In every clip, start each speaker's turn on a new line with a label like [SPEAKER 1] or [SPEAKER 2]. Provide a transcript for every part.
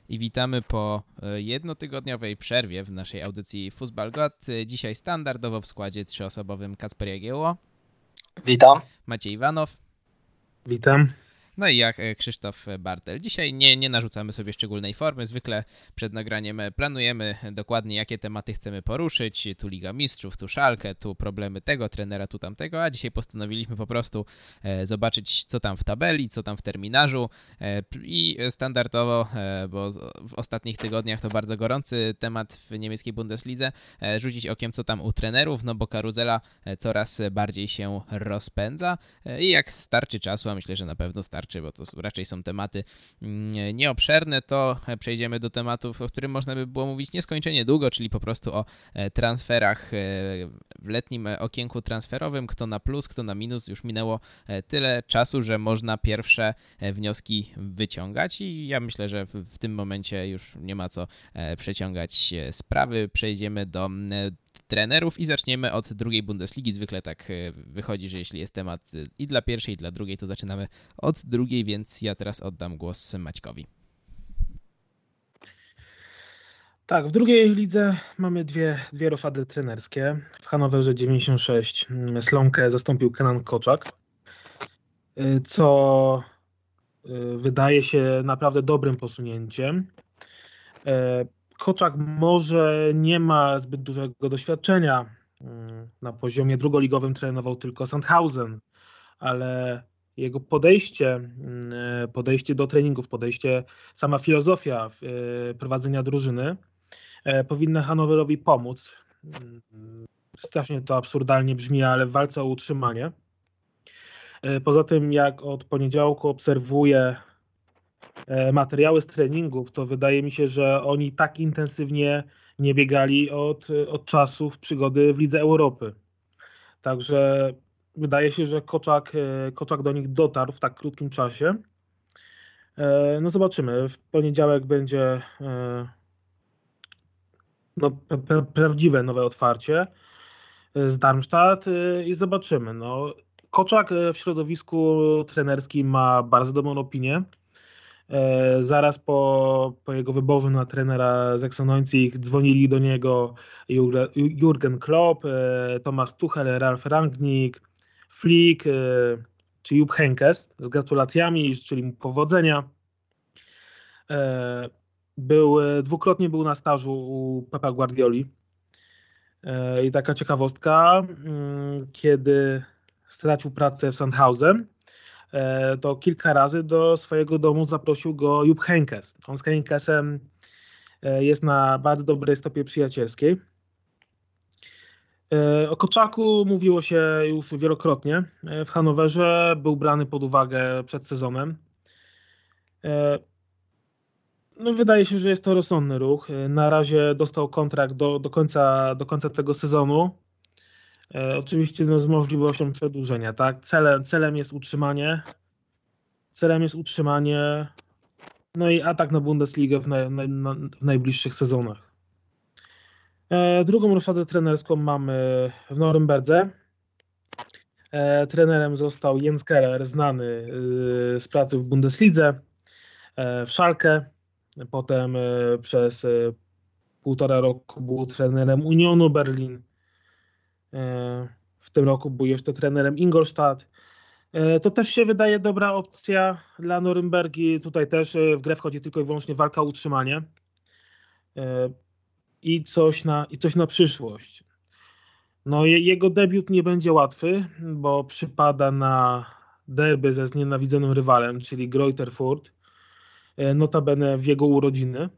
[SPEAKER 1] I witamy po jednotygodniowej przerwie w naszej audycji Fußball Gott. Dzisiaj standardowo w składzie trzyosobowym Kacper Jagiełło,
[SPEAKER 2] Witam.
[SPEAKER 1] Maciej Iwanow.
[SPEAKER 3] Witam.
[SPEAKER 1] No i ja, Krzysztof Bartel. Dzisiaj nie narzucamy sobie szczególnej formy. Zwykle przed nagraniem planujemy dokładnie, jakie tematy chcemy poruszyć. Tu Liga Mistrzów, tu Schalke, tu problemy tego trenera, tu tamtego, a dzisiaj postanowiliśmy po prostu zobaczyć, co tam w tabeli, co tam w terminarzu i standardowo, bo w ostatnich tygodniach to bardzo gorący temat w niemieckiej Bundeslidze, rzucić okiem, co tam u trenerów, no bo karuzela coraz bardziej się rozpędza i jak starczy czasu, a myślę, że na pewno starczy, bo to raczej są tematy nieobszerne, to przejdziemy do tematów, o którym można by było mówić nieskończenie długo, czyli po prostu o transferach w letnim okienku transferowym, kto na plus, kto na minus. Już minęło tyle czasu, że można pierwsze wnioski wyciągać i ja myślę, że w tym momencie już nie ma co przeciągać sprawy. Przejdziemy do trenerów i zaczniemy od drugiej Bundesligi. Zwykle tak wychodzi, że jeśli jest temat i dla pierwszej, i dla drugiej, to zaczynamy od drugiej, więc ja teraz oddam głos Maćkowi.
[SPEAKER 3] Tak, w drugiej lidze mamy dwie roszady trenerskie. W Hanowerze 96 Slomkę zastąpił Kenan Koczak, co wydaje się naprawdę dobrym posunięciem. Koczak może nie ma zbyt dużego doświadczenia. Na poziomie drugoligowym trenował tylko Sandhausen, ale jego podejście do treningów, sama filozofia prowadzenia drużyny powinna Hanowerowi pomóc. Strasznie to absurdalnie brzmi, ale w walce o utrzymanie. Poza tym, jak od poniedziałku obserwuję materiały z treningów, to wydaje mi się, że oni tak intensywnie nie biegali od czasów przygody w Lidze Europy. Także wydaje się, że Koczak do nich dotarł w tak krótkim czasie. No zobaczymy. W poniedziałek będzie prawdziwe nowe otwarcie z Darmstadt i zobaczymy. No, Koczak w środowisku trenerskim ma bardzo dobrą opinię. Zaraz po jego wyborze na trenera Sachsen-Leipzig dzwonili do niego Jurgen Klopp, Thomas Tuchel, Ralf Rangnick, Flick czy Jupp Heynckes z gratulacjami i życzyli mu powodzenia. Dwukrotnie był na stażu u Pepa Guardioli. I taka ciekawostka, kiedy stracił pracę w Sandhausen, to kilka razy do swojego domu zaprosił go Jupp Heynckes. On z Heynckesem jest na bardzo dobrej stopie przyjacielskiej. O Koczaku mówiło się już wielokrotnie. W Hanowerze był brany pod uwagę przed sezonem. No, wydaje się, że jest to rozsądny ruch. Na razie dostał kontrakt do końca tego sezonu. Oczywiście z możliwością przedłużenia. Tak? Celem jest utrzymanie. No i atak na Bundesligę w najbliższych sezonach. Drugą roszadę trenerską mamy w Norymberdze. Trenerem został Jens Keller, znany z pracy w Bundeslidze, w Schalke. Potem przez 1,5 roku był trenerem Unionu Berlin. W tym roku był jeszcze trenerem Ingolstadt. To też się wydaje dobra opcja dla Norymbergi. Tutaj też w grę wchodzi tylko i wyłącznie walka o utrzymanie i coś na przyszłość. No, jego debiut nie będzie łatwy, bo przypada na derby ze znienawidzonym rywalem, czyli Greuther Fürth, notabene w jego urodziny.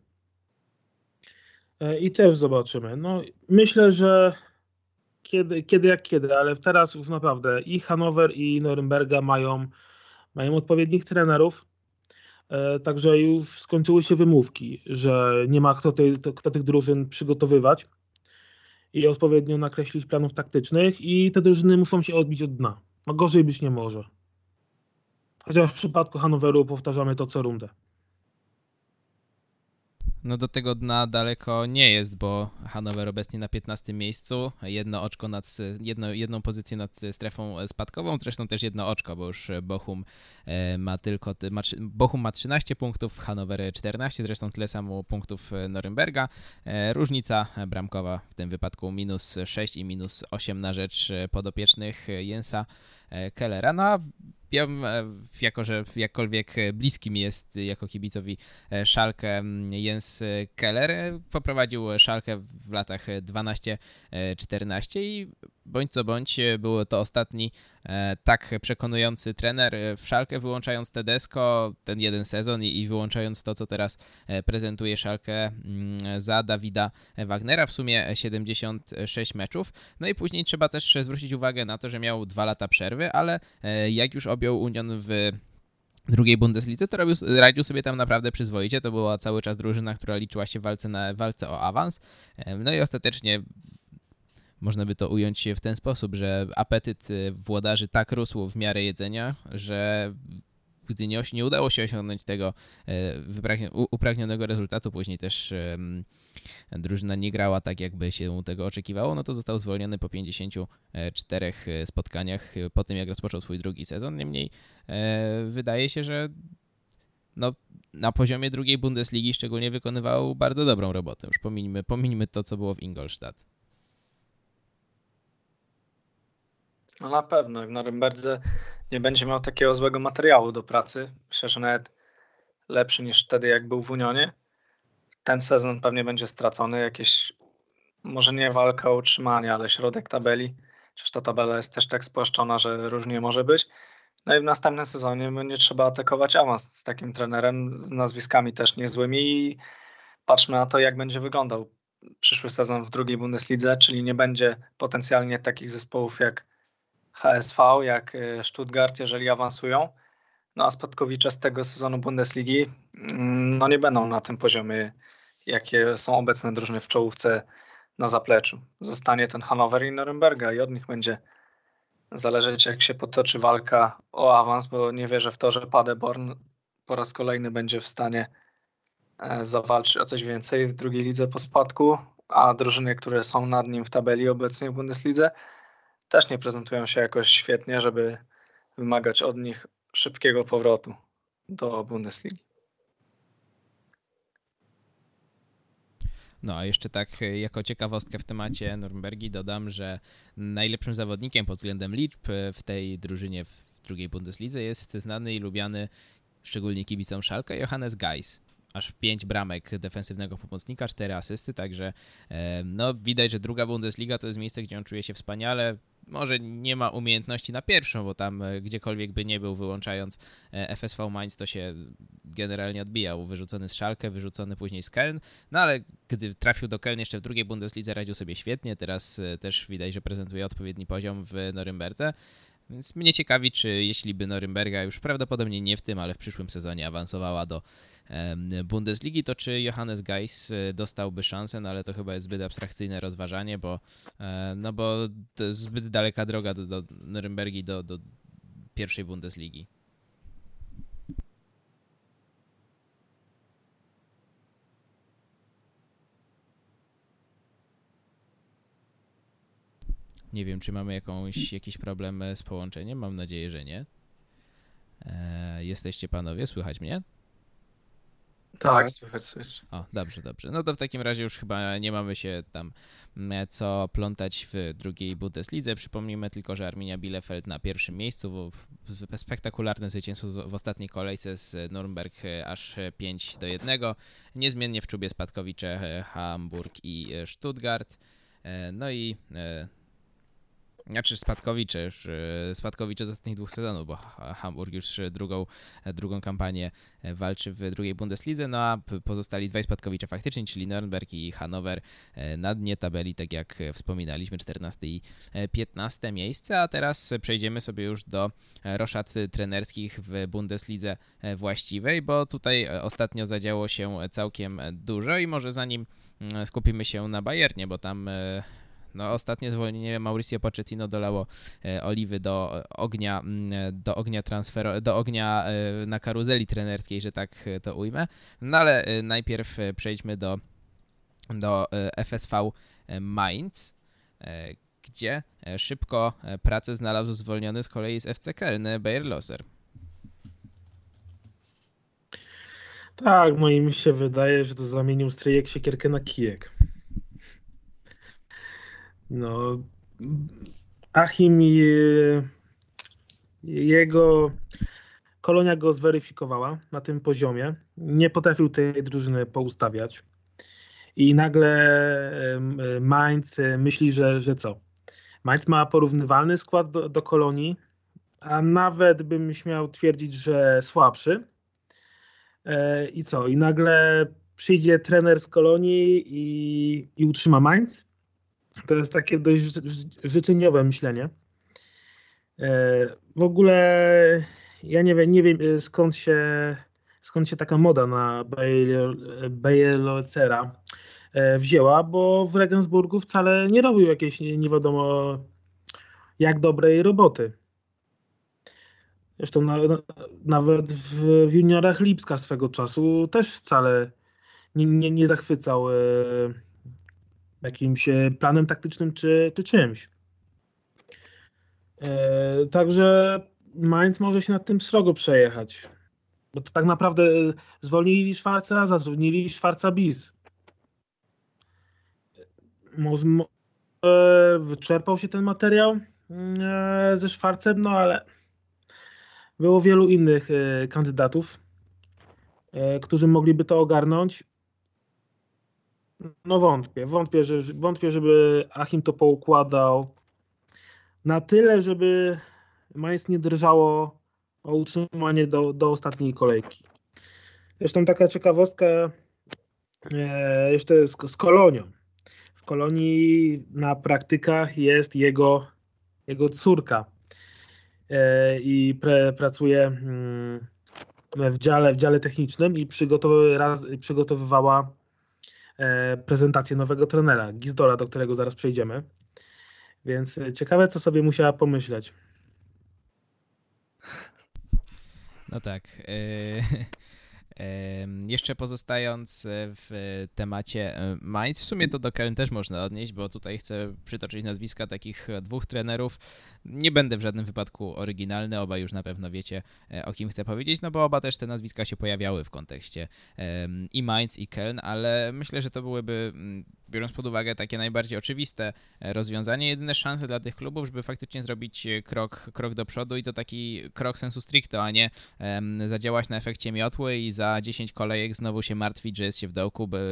[SPEAKER 3] I też zobaczymy. No, myślę, że kiedy, ale teraz już naprawdę i Hanower, i Norymberga mają odpowiednich trenerów. Także już skończyły się wymówki, że nie ma kto tych drużyn przygotowywać i odpowiednio nakreślić planów taktycznych i te drużyny muszą się odbić od dna. No, gorzej być nie może. Chociaż w przypadku Hanoweru powtarzamy to co rundę.
[SPEAKER 1] No do tego dna daleko nie jest, bo Hannover obecnie na 15 miejscu, jedną pozycję nad strefą spadkową, zresztą też jedno oczko, bo już Bochum Bochum ma 13 punktów, Hannover 14, zresztą tyle samo punktów Norymberga. Różnica bramkowa w tym wypadku -6 i -8 na rzecz podopiecznych Jensa Kellera. No a ja, jako że jakkolwiek bliski mi jest jako kibicowi Schalke Jens Keller, poprowadził Schalke w latach 12-14 i bądź co bądź był to ostatni tak przekonujący trener w Schalke, wyłączając Tedesco ten jeden sezon i wyłączając to, co teraz prezentuje Schalke za Dawida Wagnera, w sumie 76 meczów. No i później trzeba też zwrócić uwagę na to, że miał 2 lata przerwy, ale jak już objął Union w drugiej Bundeslidze, to radził sobie tam naprawdę przyzwoicie. To była cały czas drużyna, która liczyła się w walce o awans. No i ostatecznie można by to ująć w ten sposób, że apetyt włodarzy tak rósł w miarę jedzenia, że gdy nie udało się osiągnąć tego upragnionego rezultatu, później też drużyna nie grała tak, jakby się tego oczekiwało, no to został zwolniony po 54 spotkaniach po tym, jak rozpoczął swój drugi sezon. Niemniej wydaje się, że no, na poziomie drugiej Bundesligi szczególnie wykonywał bardzo dobrą robotę. Już pomińmy to, co było w Ingolstadt.
[SPEAKER 2] No na pewno, w Norymberdze nie będzie miał takiego złego materiału do pracy. Myślę, że nawet lepszy niż wtedy, jak był w Unionie. Ten sezon pewnie będzie stracony. Jakieś, może nie walka o utrzymanie, ale środek tabeli. Przecież ta tabela jest też tak spłaszczona, że różnie może być. No i w następnym sezonie będzie trzeba atakować awans z takim trenerem, z nazwiskami też niezłymi i patrzmy na to, jak będzie wyglądał przyszły sezon w drugiej Bundeslidze, czyli nie będzie potencjalnie takich zespołów jak HSV, jak Stuttgart, jeżeli awansują. No a spadkowicze z tego sezonu Bundesligi no nie będą na tym poziomie, jakie są obecne drużyny w czołówce na zapleczu. Zostanie ten Hannover i Norymberga i od nich będzie zależeć, jak się potoczy walka o awans, bo nie wierzę w to, że Paderborn po raz kolejny będzie w stanie zawalczyć o coś więcej w drugiej lidze po spadku, a drużyny, które są nad nim w tabeli obecnie w Bundeslidze, też nie prezentują się jakoś świetnie, żeby wymagać od nich szybkiego powrotu do Bundesligi.
[SPEAKER 1] No a jeszcze tak jako ciekawostkę w temacie Norymbergi dodam, że najlepszym zawodnikiem pod względem liczb w tej drużynie w drugiej Bundeslidze jest znany i lubiany szczególnie kibicom Schalke Johannes Geis. Aż 5 bramek defensywnego pomocnika, 4 asysty, także no widać, że druga Bundesliga to jest miejsce, gdzie on czuje się wspaniale. Może nie ma umiejętności na pierwszą, bo tam gdziekolwiek by nie był, wyłączając FSV Mainz, to się generalnie odbijał. Wyrzucony z Schalke, wyrzucony później z Köln, no ale gdy trafił do Köln jeszcze w drugiej Bundeslidze, radził sobie świetnie. Teraz też widać, że prezentuje odpowiedni poziom w Norymberdze. Więc mnie ciekawi, czy jeśli by Norymberga już prawdopodobnie nie w tym, ale w przyszłym sezonie awansowała do Bundesligi, to czy Johannes Geis dostałby szansę, no ale to chyba jest zbyt abstrakcyjne rozważanie, bo to jest zbyt daleka droga do Norymbergi, do pierwszej Bundesligi. Nie wiem, czy mamy jakiś problem z połączeniem. Mam nadzieję, że nie. Jesteście panowie? Słychać mnie?
[SPEAKER 2] Tak, słychać.
[SPEAKER 1] O, dobrze. No to w takim razie już chyba nie mamy się tam co plątać w drugiej Bundeslidze. Przypomnijmy tylko, że Arminia Bielefeld na pierwszym miejscu, spektakularne zwycięstwo w ostatniej kolejce z Nürnberg aż 5-1. Niezmiennie w czubie spadkowicze Hamburg i Stuttgart. No i spadkowicze z ostatnich 2 sezonów, bo Hamburg już drugą kampanię walczy w drugiej Bundeslidze, no a pozostali 2 spadkowicze faktycznie, czyli Nürnberg i Hannover na dnie tabeli, tak jak wspominaliśmy, 14 i 15 miejsce, a teraz przejdziemy sobie już do roszad trenerskich w Bundeslidze właściwej, bo tutaj ostatnio zadziało się całkiem dużo i może zanim skupimy się na Bayernie, bo tam No, ostatnie zwolnienie Mauricio Pochettino dolało oliwy do ognia na karuzeli trenerskiej, że tak to ujmę. No ale najpierw przejdźmy do FSV Mainz, gdzie szybko pracę znalazł zwolniony z kolei z FC Köln Bayer Loser.
[SPEAKER 3] Tak, no i mi się wydaje, że to zamienił stryjek siekierkę na kijek. No, Achim i jego Kolonia go zweryfikowała na tym poziomie. Nie potrafił tej drużyny poustawiać. I nagle Mainz myśli, że co? Mainz ma porównywalny skład do Kolonii, a nawet bym śmiał twierdzić, że słabszy. I co? I nagle przyjdzie trener z Kolonii i utrzyma Mainz? To jest takie dość życzeniowe myślenie. W ogóle ja nie wiem skąd się taka moda na Bayerlocera wzięła, bo w Regensburgu wcale nie robił jakiejś nie wiadomo jak dobrej roboty. Zresztą nawet w juniorach Lipska swego czasu też wcale nie zachwycał jakimś planem taktycznym czy czymś. Także Mainz może się nad tym srogo przejechać. Bo to tak naprawdę zwolnili Schwarza, zatrudnili Schwarza bis. Może wyczerpał się ten materiał ze Schwarzem, no ale było wielu innych kandydatów, którzy mogliby to ogarnąć. No wątpię, żeby Achim to poukładał na tyle, żeby Mainz nie drżało o utrzymanie do ostatniej kolejki. Zresztą taka ciekawostka jeszcze z Kolonią. W Kolonii na praktykach jest jego córka i pracuje w dziale technicznym i przygotowywała prezentację nowego trenera, Gizdola, do którego zaraz przejdziemy. Więc ciekawe, co sobie musiała pomyśleć.
[SPEAKER 1] No tak. Jeszcze pozostając w temacie Mainz, w sumie to do Köln też można odnieść, bo tutaj chcę przytoczyć nazwiska takich dwóch trenerów. Nie będę w żadnym wypadku oryginalny, oba już na pewno wiecie, o kim chcę powiedzieć, no bo oba też te nazwiska się pojawiały w kontekście i Mainz i Köln, ale myślę, że to byłyby, biorąc pod uwagę takie najbardziej oczywiste rozwiązanie, jedyne szanse dla tych klubów, żeby faktycznie zrobić krok do przodu i to taki krok sensu stricto, a nie zadziałać na efekcie miotły i za 10 kolejek znowu się martwić, że jest się w dołku, bo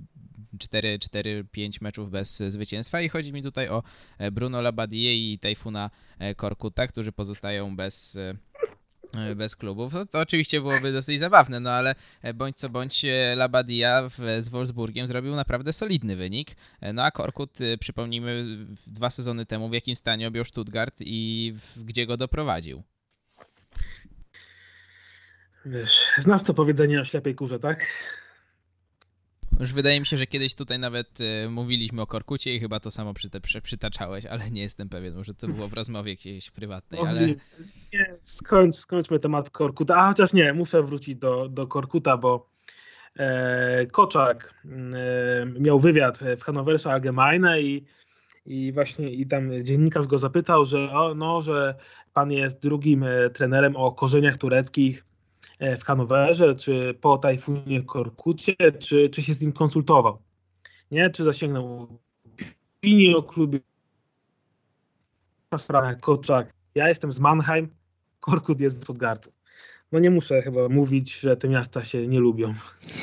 [SPEAKER 1] 4-5 meczów bez zwycięstwa i chodzi mi tutaj o Bruno Labbadia i Tayfuna Korkuta, którzy pozostają bez klubów. To oczywiście byłoby dosyć zabawne, no ale bądź co bądź Labbadia z Wolfsburgiem zrobił naprawdę solidny wynik. No a Korkut, przypomnijmy, 2 sezony temu w jakim stanie objął Stuttgart i gdzie go doprowadził.
[SPEAKER 3] Wiesz, znasz to powiedzenie o ślepej kurze, tak?
[SPEAKER 1] Już wydaje mi się, że kiedyś tutaj nawet mówiliśmy o Korkucie i chyba to samo przytaczałeś, ale nie jestem pewien, może to było w rozmowie jakiejś prywatnej, ale...
[SPEAKER 3] Nie, skończmy temat Korkuta, a chociaż nie, muszę wrócić do Korkuta, bo Koczak miał wywiad w Hannoversche Allgemeine i właśnie tam dziennikarz go zapytał, że pan jest drugim trenerem o korzeniach tureckich w Hannoverze, czy po Tayfunie Korkucie, czy się z nim konsultował, nie? Czy zasięgnął opinii o klubie. Koczak, ja jestem z Mannheim, Korkut jest z Stuttgartu. No nie muszę chyba mówić, że te miasta się nie lubią.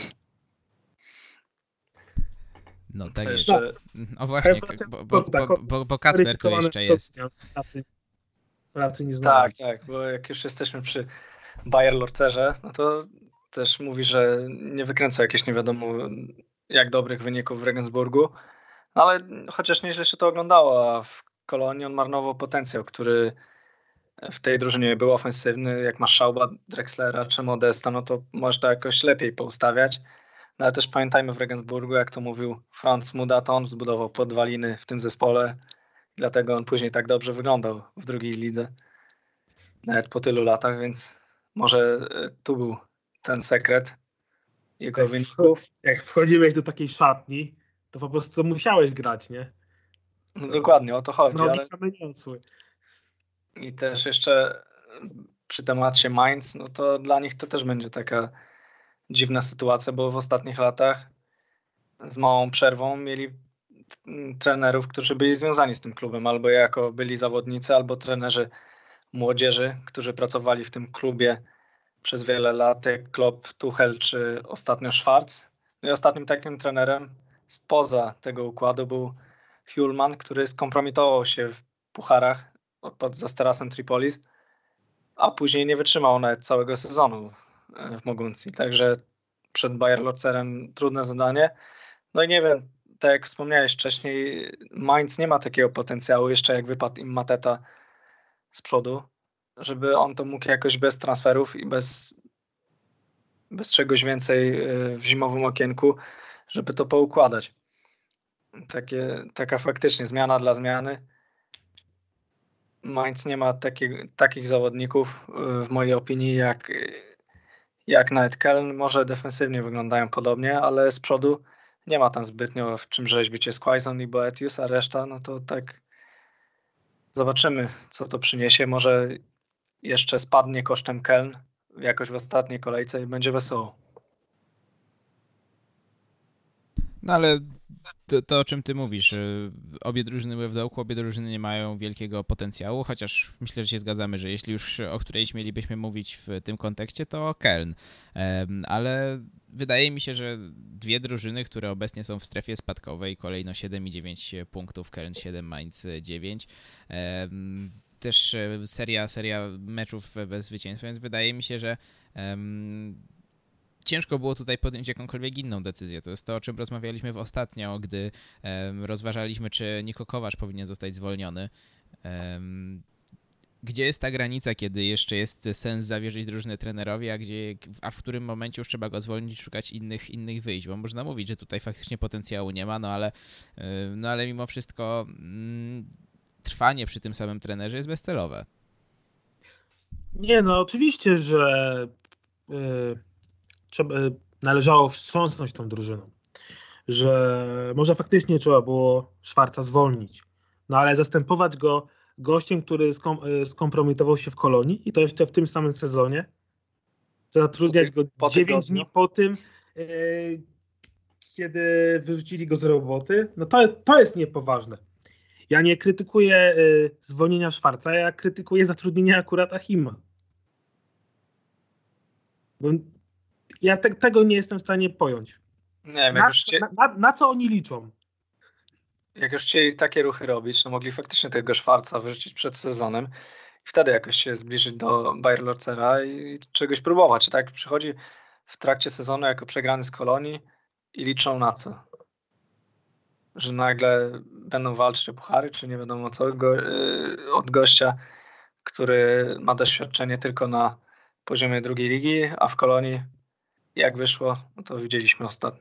[SPEAKER 1] No tak jest. O właśnie, bo Kacper tu jeszcze jest.
[SPEAKER 3] Pracy nie znam.
[SPEAKER 2] Tak, bo jak już jesteśmy przy Bayer Lorcerze, no to też mówi, że nie wykręca jakichś nie wiadomo jak dobrych wyników w Regensburgu, no ale chociaż nieźle się to oglądało, a w Kolonii on marnował potencjał, który w tej drużynie był ofensywny. Jak masz Schauba, Drexlera czy Modesta, no to możesz to jakoś lepiej poustawiać. No ale też pamiętajmy w Regensburgu, jak to mówił Franz Muda, to on zbudował podwaliny w tym zespole, dlatego on później tak dobrze wyglądał w drugiej lidze, nawet po tylu latach, więc może tu był ten sekret jego wyników.
[SPEAKER 3] Jak wchodziłeś do takiej szatni, to po prostu musiałeś grać, nie?
[SPEAKER 2] No dokładnie, o to chodzi.
[SPEAKER 3] Nogi
[SPEAKER 2] Ale...
[SPEAKER 3] same niosły.
[SPEAKER 2] I też jeszcze przy temacie Mainz, no to dla nich to też będzie taka dziwna sytuacja, bo w ostatnich latach z małą przerwą mieli trenerów, którzy byli związani z tym klubem, albo jako byli zawodnicy, albo trenerzy młodzieży, którzy pracowali w tym klubie przez wiele lat, jak Klopp, Tuchel czy ostatnio Schwarz. No i ostatnim takim trenerem spoza tego układu był Hjulman, który skompromitował się w pucharach, odpadł za Sterasem Tripolis, a później nie wytrzymał nawet całego sezonu w Moguncji. Także przed Bayer Lorcerem trudne zadanie. No i nie wiem, tak jak wspomniałeś wcześniej, Mainz nie ma takiego potencjału, jeszcze jak wypadł im Mateta z przodu, żeby on to mógł jakoś bez transferów i bez czegoś więcej w zimowym okienku, żeby to poukładać. Taka faktycznie zmiana dla zmiany. Mainz nie ma takich zawodników w mojej opinii jak nawet Köln. Może defensywnie wyglądają podobnie, ale z przodu nie ma tam zbytnio w czym rzeźbić. Jest Quaison i Boetius, a reszta no to tak zobaczymy, co to przyniesie. Może jeszcze spadnie kosztem Köln jakoś w ostatniej kolejce i będzie wesoło.
[SPEAKER 1] No ale to o czym ty mówisz, obie drużyny były w dołku, obie drużyny nie mają wielkiego potencjału, chociaż myślę, że się zgadzamy, że jeśli już o którejś mielibyśmy mówić w tym kontekście, to Köln. Ale wydaje mi się, że dwie drużyny, które obecnie są w strefie spadkowej, kolejno 7 i 9 punktów, Köln 7, Mainz 9, też seria meczów bez zwycięstwa, więc wydaje mi się, że ciężko było tutaj podjąć jakąkolwiek inną decyzję. To jest to, o czym rozmawialiśmy ostatnio, gdy rozważaliśmy, czy Niko Kovac powinien zostać zwolniony. Gdzie jest ta granica, kiedy jeszcze jest sens zawierzyć drużynę trenerowi, a w którym momencie już trzeba go zwolnić, szukać innych wyjść? Bo można mówić, że tutaj faktycznie potencjału nie ma, no ale mimo wszystko trwanie przy tym samym trenerze jest bezcelowe.
[SPEAKER 3] Nie, no oczywiście, że należało wstrząsnąć tą drużyną, że może faktycznie trzeba było Schwarza zwolnić, no ale zastępować go gościem, który skompromitował się w Kolonii i to jeszcze w tym samym sezonie, zatrudniać go 9 dni po tym, kiedy wyrzucili go z roboty, no to jest niepoważne. Ja nie krytykuję zwolnienia Schwarza, ja krytykuję zatrudnienia akurat Achima. Bo ja tego nie jestem w stanie pojąć.
[SPEAKER 2] Nie wiem,
[SPEAKER 3] na co oni liczą?
[SPEAKER 2] Jak już chcieli takie ruchy robić, no mogli faktycznie tego Schwarza wyrzucić przed sezonem i wtedy jakoś się zbliżyć do Bayer Lorcera i czegoś próbować. Tak przychodzi w trakcie sezonu jako przegrany z Kolonii i liczą na co? Że nagle będą walczyć o puchary, czy nie wiadomo co od gościa, który ma doświadczenie tylko na poziomie drugiej ligi, a w Kolonii jak wyszło, no to widzieliśmy ostatnio.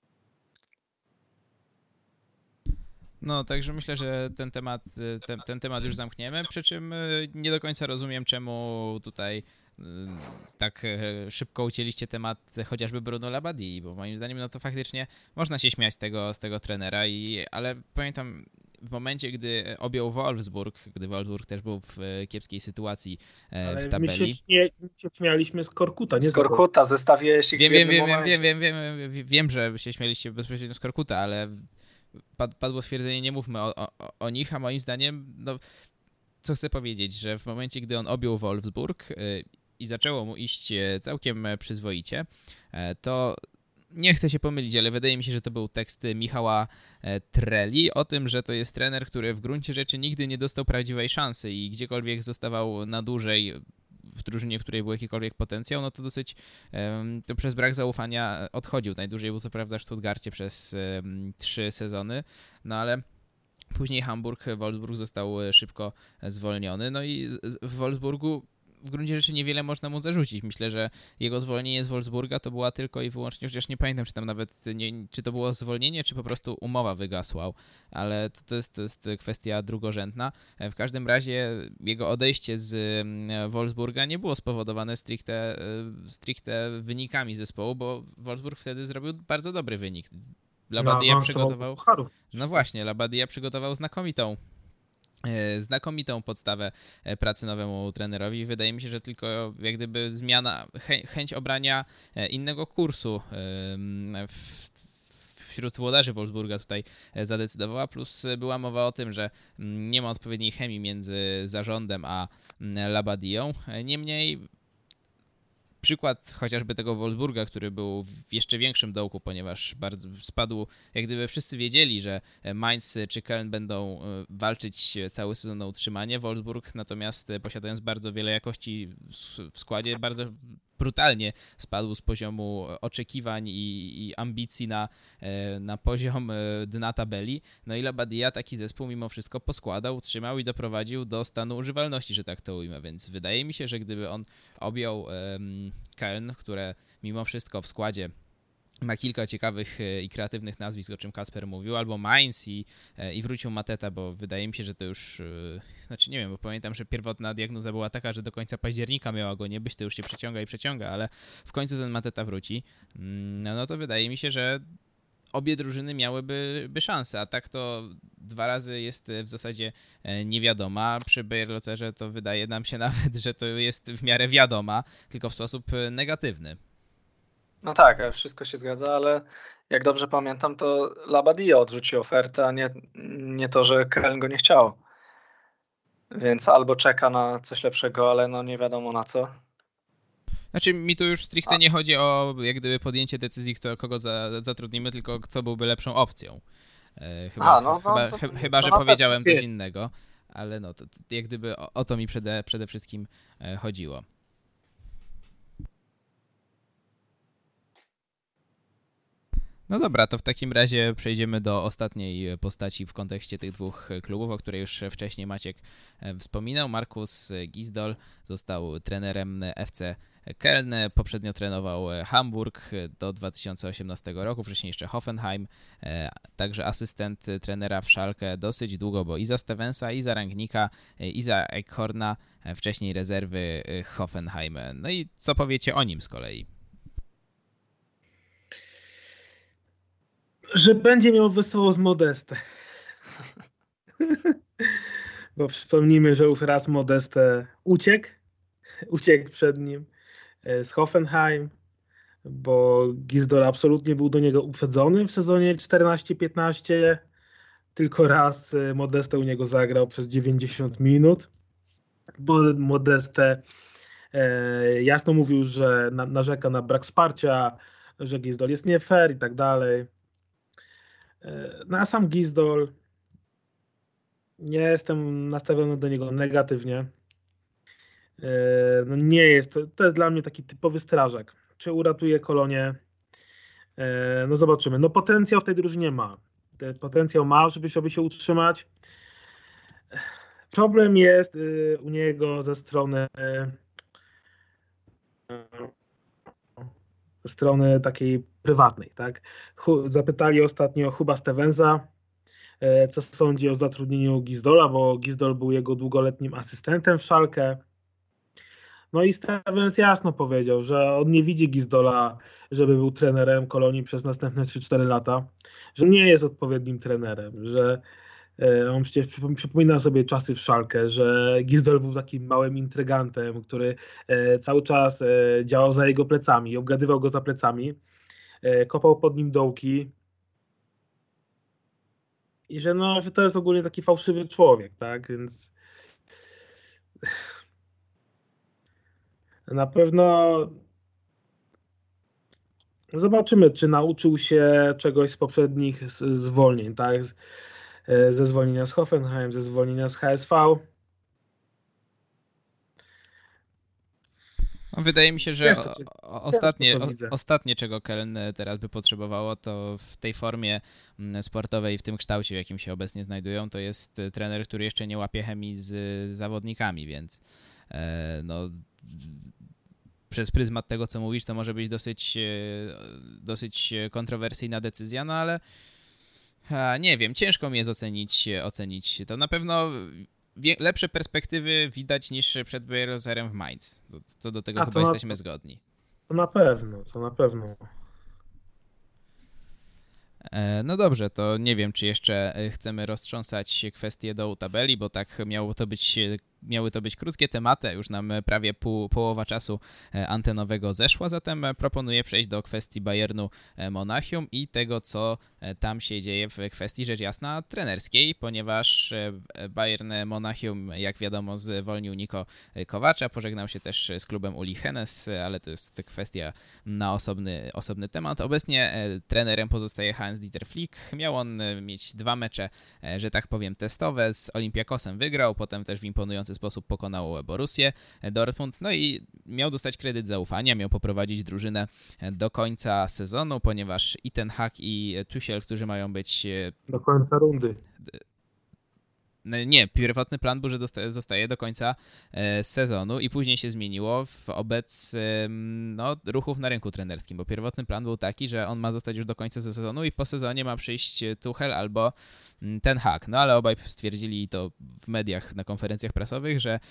[SPEAKER 1] No, także myślę, że ten temat już zamkniemy, przy czym nie do końca rozumiem, czemu tutaj tak szybko ucięliście temat chociażby Bruno Labbadia, bo moim zdaniem no to faktycznie można się śmiać z tego trenera, ale pamiętam w momencie, gdy objął Wolfsburg, gdy Wolfsburg też był w kiepskiej sytuacji w tabeli.
[SPEAKER 3] My się śmialiśmy z Korkuta, nie?
[SPEAKER 2] Z Korkuta, zestawiłeś ich
[SPEAKER 1] Wiem, że się śmialiście bezpośrednio z Korkuta, ale padło stwierdzenie, nie mówmy o nich, a moim zdaniem, no, co chcę powiedzieć, że w momencie, gdy on objął Wolfsburg i zaczęło mu iść całkiem przyzwoicie, to nie chcę się pomylić, ale wydaje mi się, że to był tekst Michała Treli o tym, że to jest trener, który w gruncie rzeczy nigdy nie dostał prawdziwej szansy i gdziekolwiek zostawał na dłużej w drużynie, w której był jakikolwiek potencjał, no to dosyć to przez brak zaufania odchodził. Najdłużej był co prawda w Stuttgarcie przez 3 sezony, no ale później Wolfsburg został szybko zwolniony. No i w Wolfsburgu w gruncie rzeczy niewiele można mu zarzucić. Myślę, że jego zwolnienie z Wolfsburga to była tylko i wyłącznie, chociaż nie pamiętam, czy tam nawet, czy to było zwolnienie, czy po prostu umowa wygasła, ale to jest kwestia drugorzędna. W każdym razie jego odejście z Wolfsburga nie było spowodowane stricte wynikami zespołu, bo Wolfsburg wtedy zrobił bardzo dobry wynik. Labadia przygotował... No właśnie, Labadia przygotował znakomitą podstawę pracy nowemu trenerowi. Wydaje mi się, że tylko jak gdyby zmiana, chęć obrania innego kursu wśród włodarzy Wolfsburga tutaj zadecydowała, plus była mowa o tym, że nie ma odpowiedniej chemii między zarządem a Labadią. Niemniej przykład chociażby tego Wolfsburga, który był w jeszcze większym dołku, ponieważ bardzo spadł, jak gdyby wszyscy wiedzieli, że Mainz czy Köln będą walczyć cały sezon o utrzymanie. Wolfsburg natomiast posiadając bardzo wiele jakości w składzie, bardzo brutalnie spadł z poziomu oczekiwań i ambicji na poziom dna tabeli. No i Labadia taki zespół mimo wszystko poskładał, utrzymał i doprowadził do stanu używalności, że tak to ujmę. Więc wydaje mi się, że gdyby on objął Köln, które mimo wszystko w składzie ma kilka ciekawych i kreatywnych nazwisk, o czym Kacper mówił, albo Mainz i wrócił Mateta, bo wydaje mi się, że to już, znaczy nie wiem, bo pamiętam, że pierwotna diagnoza była taka, że do końca października miała go nie być, to już się przeciąga, ale w końcu ten Mateta wróci, no to wydaje mi się, że obie drużyny miałyby szansę, a tak to 2 razy jest w zasadzie niewiadoma. Przy Bayer Locerze to wydaje nam się nawet, że to jest w miarę wiadoma, tylko w sposób negatywny.
[SPEAKER 2] No tak, wszystko się zgadza, ale jak dobrze pamiętam, to Labadia odrzucił ofertę, a nie to, że Köln go nie chciał. Więc albo czeka na coś lepszego, ale no nie wiadomo na co.
[SPEAKER 1] Znaczy mi tu już stricte nie chodzi o jak gdyby podjęcie decyzji, kogo zatrudnimy, tylko kto byłby lepszą opcją. Chyba że powiedziałem coś innego, ale no to jak gdyby o to mi przede wszystkim chodziło. No dobra, to w takim razie przejdziemy do ostatniej postaci w kontekście tych 2 klubów, o której już wcześniej Maciek wspominał. Markus Gisdol został trenerem FC Köln, poprzednio trenował Hamburg do 2018 roku, wcześniej jeszcze Hoffenheim, także asystent trenera w Schalke dosyć długo, bo i za Stevensa, i za Rangnicka, i za Eichhorna, wcześniej rezerwy Hoffenheim. No i co powiecie o nim z kolei?
[SPEAKER 3] Że będzie miał wesoło z Modeste. Bo przypomnijmy, że ów raz Modeste uciekł przed nim z Hoffenheim, bo Gisdol absolutnie był do niego uprzedzony w sezonie 14-15. Tylko raz Modeste u niego zagrał przez 90 minut, bo Modeste jasno mówił, że narzeka na brak wsparcia, że Gisdol jest nie fair i tak dalej. No a sam Gisdol, nie jestem nastawiony do niego negatywnie. No nie jest, to jest dla mnie taki typowy strażak. Czy uratuje Kolonię? No zobaczymy. No potencjał w tej drużynie ma. Potencjał ma, żeby się utrzymać. Problem jest u niego ze strony takiej prywatnej, tak? Zapytali ostatnio Huba Stevensa, co sądzi o zatrudnieniu Gisdola, bo Gisdol był jego długoletnim asystentem w Schalke. No i Stevens jasno powiedział, że on nie widzi Gisdola, żeby był trenerem Kolonii przez następne 3-4 lata, że nie jest odpowiednim trenerem, że on przecież przypomina sobie czasy w Schalke, że Gisdol był takim małym intrygantem, który cały czas działał za jego plecami, obgadywał go za plecami, kopał pod nim dołki i że to jest ogólnie taki fałszywy człowiek, tak, więc na pewno zobaczymy, czy nauczył się czegoś z poprzednich zwolnień, tak, ze zwolnienia z Hoffenheim, ze zwolnienia z HSV.
[SPEAKER 1] No, wydaje mi się, że ostatnie, czego Köln teraz by potrzebowało, to w tej formie sportowej, w tym kształcie, w jakim się obecnie znajdują, to jest trener, który jeszcze nie łapie chemii z zawodnikami, więc no, przez pryzmat tego, co mówisz, to może być dosyć kontrowersyjna decyzja, no ale nie wiem, ciężko mi jest ocenić. To na pewno lepsze perspektywy widać niż przed Bayernem w Mainz. Co do tego chyba jesteśmy zgodni.
[SPEAKER 3] To na pewno.
[SPEAKER 1] No dobrze, to nie wiem, czy jeszcze chcemy roztrząsać kwestie dołu tabeli, bo tak miały to być krótkie tematy, już nam prawie połowa czasu antenowego zeszła, zatem proponuję przejść do kwestii Bayernu Monachium i tego, co tam się dzieje w kwestii rzecz jasna trenerskiej, ponieważ Bayern Monachium, jak wiadomo, zwolnił Niko Kowacza, pożegnał się też z klubem Uli Hoeneß, ale to jest kwestia na osobny temat. Obecnie trenerem pozostaje Hans-Dieter Flick. Miał on mieć 2 mecze, że tak powiem, testowe. Z Olympiakosem wygrał, potem też w imponujący sposób pokonał Borussię Dortmund, no i miał dostać kredyt zaufania, miał poprowadzić drużynę do końca sezonu, ponieważ i Ten Hag, i Tuchel, którzy mają być
[SPEAKER 3] do końca rundy.
[SPEAKER 1] Nie, pierwotny plan był, że zostaje do końca sezonu i później się zmieniło wobec ruchów na rynku trenerskim, bo pierwotny plan był taki, że on ma zostać już do końca sezonu i po sezonie ma przyjść Tuchel albo Ten Hag. No ale obaj stwierdzili to w mediach, na konferencjach prasowych, że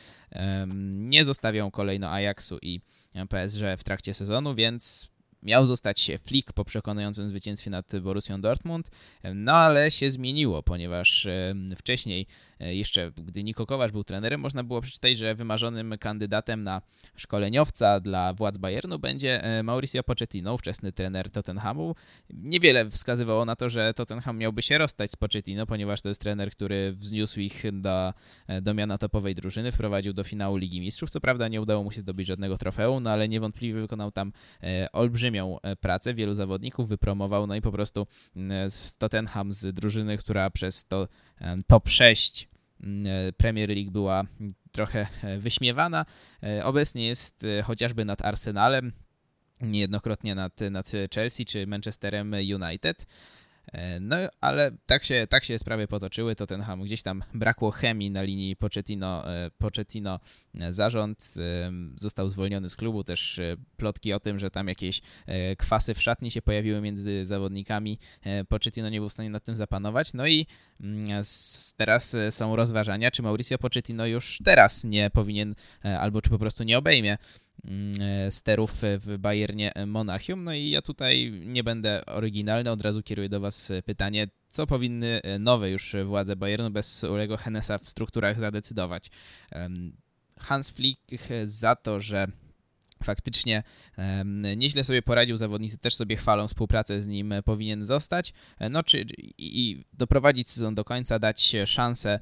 [SPEAKER 1] nie zostawią kolejno Ajaxu i PSG w trakcie sezonu, więc miał zostać Flick po przekonującym zwycięstwie nad Borussią Dortmund, no ale się zmieniło, ponieważ wcześniej, jeszcze gdy Niko Kowac był trenerem, można było przeczytać, że wymarzonym kandydatem na szkoleniowca dla władz Bayernu będzie Mauricio Pochettino, ówczesny trener Tottenhamu. Niewiele wskazywało na to, że Tottenham miałby się rozstać z Pochettino, ponieważ to jest trener, który wzniósł ich do miana topowej drużyny, wprowadził do finału Ligi Mistrzów. Co prawda nie udało mu się zdobyć żadnego trofeum, no ale niewątpliwie wykonał tam olbrzymią pracę, wielu zawodników wypromował, no i po prostu Tottenham z drużyny, która przez to top 6 Premier League była trochę wyśmiewana, obecnie jest chociażby nad Arsenalem, niejednokrotnie nad Chelsea czy Manchesterem United. No, ale tak się sprawy potoczyły. Tottenham gdzieś tam brakło chemii na linii Pochettino zarząd został zwolniony z klubu. Też plotki o tym, że tam jakieś kwasy w szatni się pojawiły między zawodnikami. Pochettino nie był w stanie nad tym zapanować. No i teraz są rozważania, czy Mauricio Pochettino już teraz nie powinien, albo czy po prostu nie obejmie sterów w Bayernie Monachium. No i ja tutaj nie będę oryginalny, od razu kieruję do Was pytanie, co powinny nowe już władze Bayernu bez Ulego Hoeneßa w strukturach zadecydować. Hans Flick za to, że faktycznie nieźle sobie poradził, zawodnicy też sobie chwalą współpracę z nim, powinien zostać, no i doprowadzić sezon do końca, dać szansę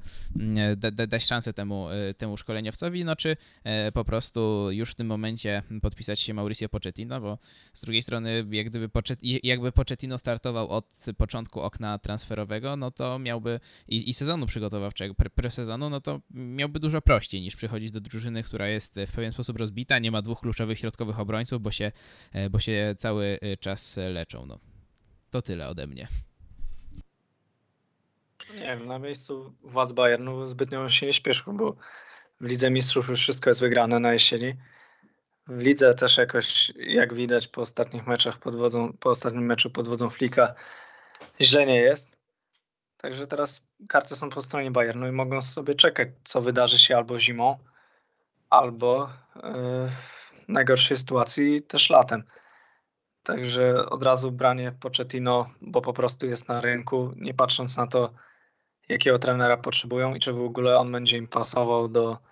[SPEAKER 1] temu szkoleniowcowi, no czy po prostu już w tym momencie podpisać się Mauricio Pochettino, bo z drugiej strony jakby Pochettino startował od początku okna transferowego, no to miałby i sezonu przygotowawczego, presezonu, no to miałby dużo prościej niż przychodzić do drużyny, która jest w pewien sposób rozbita, nie ma 2 kluczowych środkowych obrońców, bo się cały czas leczą. No. To tyle ode mnie.
[SPEAKER 2] Nie wiem, na miejscu władz Bayernu zbytnio się nie śpieszą, bo w Lidze Mistrzów już wszystko jest wygrane na jesieni. W lidze też jakoś, jak widać po ostatnich meczach po ostatnim meczu pod wodzą Flicka, źle nie jest. Także teraz karty są po stronie Bayernu i mogą sobie czekać, co wydarzy się albo zimą, albo w najgorszej sytuacji też latem. Także od razu branie Pochettino, bo po prostu jest na rynku, nie patrząc na to, jakiego trenera potrzebują i czy w ogóle on będzie im pasował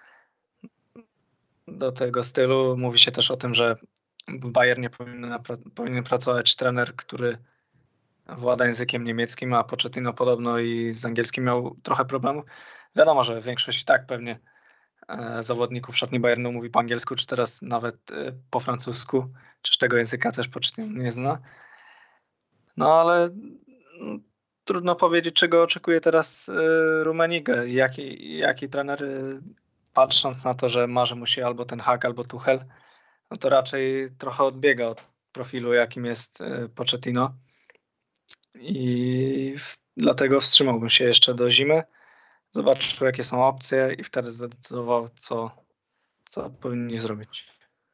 [SPEAKER 2] do tego stylu. Mówi się też o tym, że w Bayernie powinien pracować trener, który włada językiem niemieckim, a Pochettino podobno i z angielskim miał trochę problemów. Wiadomo, że większość i tak pewnie zawodników szatni Bayernu mówi po angielsku, czy teraz nawet po francusku, czyż tego języka też Pochettino nie zna. No ale trudno powiedzieć, czego oczekuje teraz Rummenigge. Jaki trener, patrząc na to, że marzy mu się albo Ten Hag, albo Tuchel, no to raczej trochę odbiega od profilu, jakim jest Pochettino. I dlatego wstrzymałbym się jeszcze do zimy. Zobaczył, jakie są opcje i wtedy zdecydował, co co powinni zrobić.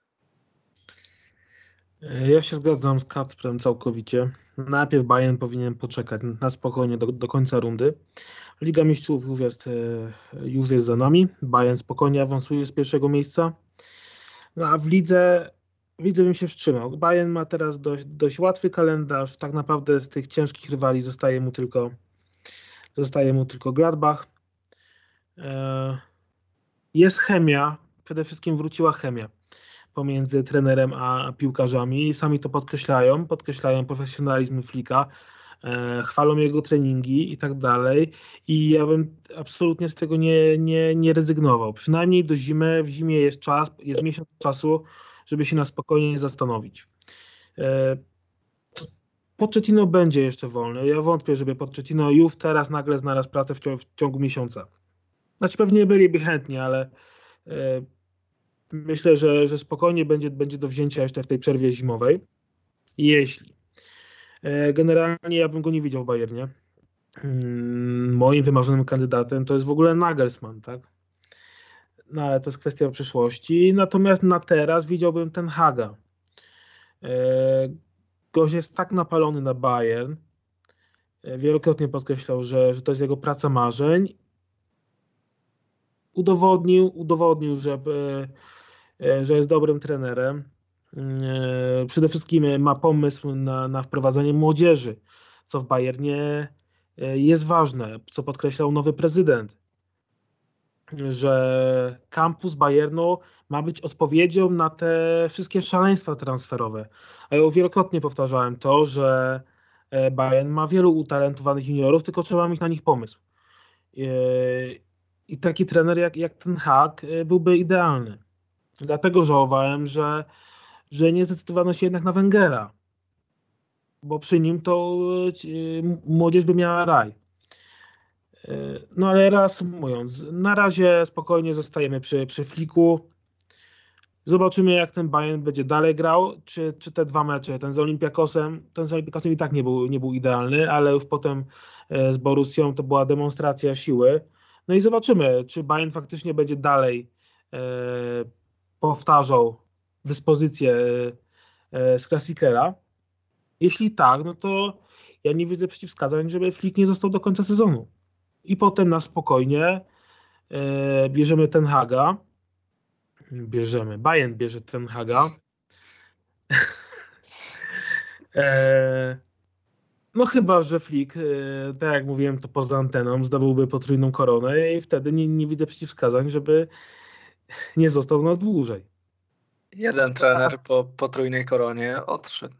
[SPEAKER 3] Ja się zgadzam z Kacprem całkowicie. Najpierw Bayern powinien poczekać na spokojnie do końca rundy. Liga Mistrzów już jest za nami. Bayern spokojnie awansuje z pierwszego miejsca. No a w lidze bym się wstrzymał. Bayern ma teraz dość łatwy kalendarz. Tak naprawdę z tych ciężkich rywali zostaje mu tylko Gladbach. Jest chemia. Przede wszystkim wróciła chemia pomiędzy trenerem a piłkarzami. Sami to podkreślają profesjonalizm Flicka, chwalą jego treningi i tak dalej. I ja bym absolutnie z tego nie rezygnował. Przynajmniej do zimy. W zimie jest czas, jest miesiąc czasu, żeby się na spokojnie zastanowić. Pochettino będzie jeszcze wolny. Ja wątpię, żeby Pochettino już teraz nagle znalazł pracę w ciągu miesiąca. Znaczy pewnie byliby chętni, ale myślę, że spokojnie będzie do wzięcia jeszcze w tej przerwie zimowej. Jeśli. Generalnie ja bym go nie widział w Bayernie. Moim wymarzonym kandydatem to jest w ogóle Nagelsmann, tak? No ale to jest kwestia przyszłości. Natomiast na teraz widziałbym Ten Haga. Gość jest tak napalony na Bayern. Wielokrotnie podkreślał, że to jest jego praca marzeń. Udowodnił, że jest dobrym trenerem. Przede wszystkim ma pomysł na wprowadzenie młodzieży, co w Bayernie jest ważne, co podkreślał nowy prezydent, że kampus Bayernu ma być odpowiedzią na te wszystkie szaleństwa transferowe. A ja wielokrotnie powtarzałem to, że Bayern ma wielu utalentowanych juniorów, tylko trzeba mieć na nich pomysł. I taki trener jak Ten Hag byłby idealny. Dlatego żałowałem, że nie zdecydowano się jednak na Wengera, bo przy nim to młodzież by miała raj. No ale reasumując, na razie spokojnie zostajemy przy Flicku. Zobaczymy, jak ten Bayern będzie dalej grał, czy te dwa mecze, ten z Olympiakosem i tak nie był idealny, ale już potem z Borussią to była demonstracja siły. No i zobaczymy, czy Bayern faktycznie będzie dalej powtarzał dyspozycję z Klassikera. Jeśli tak, no to ja nie widzę przeciwwskazań, żeby Flick nie został do końca sezonu. I potem na spokojnie bierzemy Ten Haga. Bayern bierze Ten Haga. No chyba, że Flick, tak jak mówiłem, to poza anteną, zdobyłby potrójną koronę i wtedy nie widzę przeciwwskazań, żeby nie został na dłużej.
[SPEAKER 2] Jeden trener po potrójnej koronie odszedł.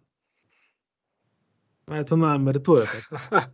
[SPEAKER 3] Ale to na emeryturę, tak?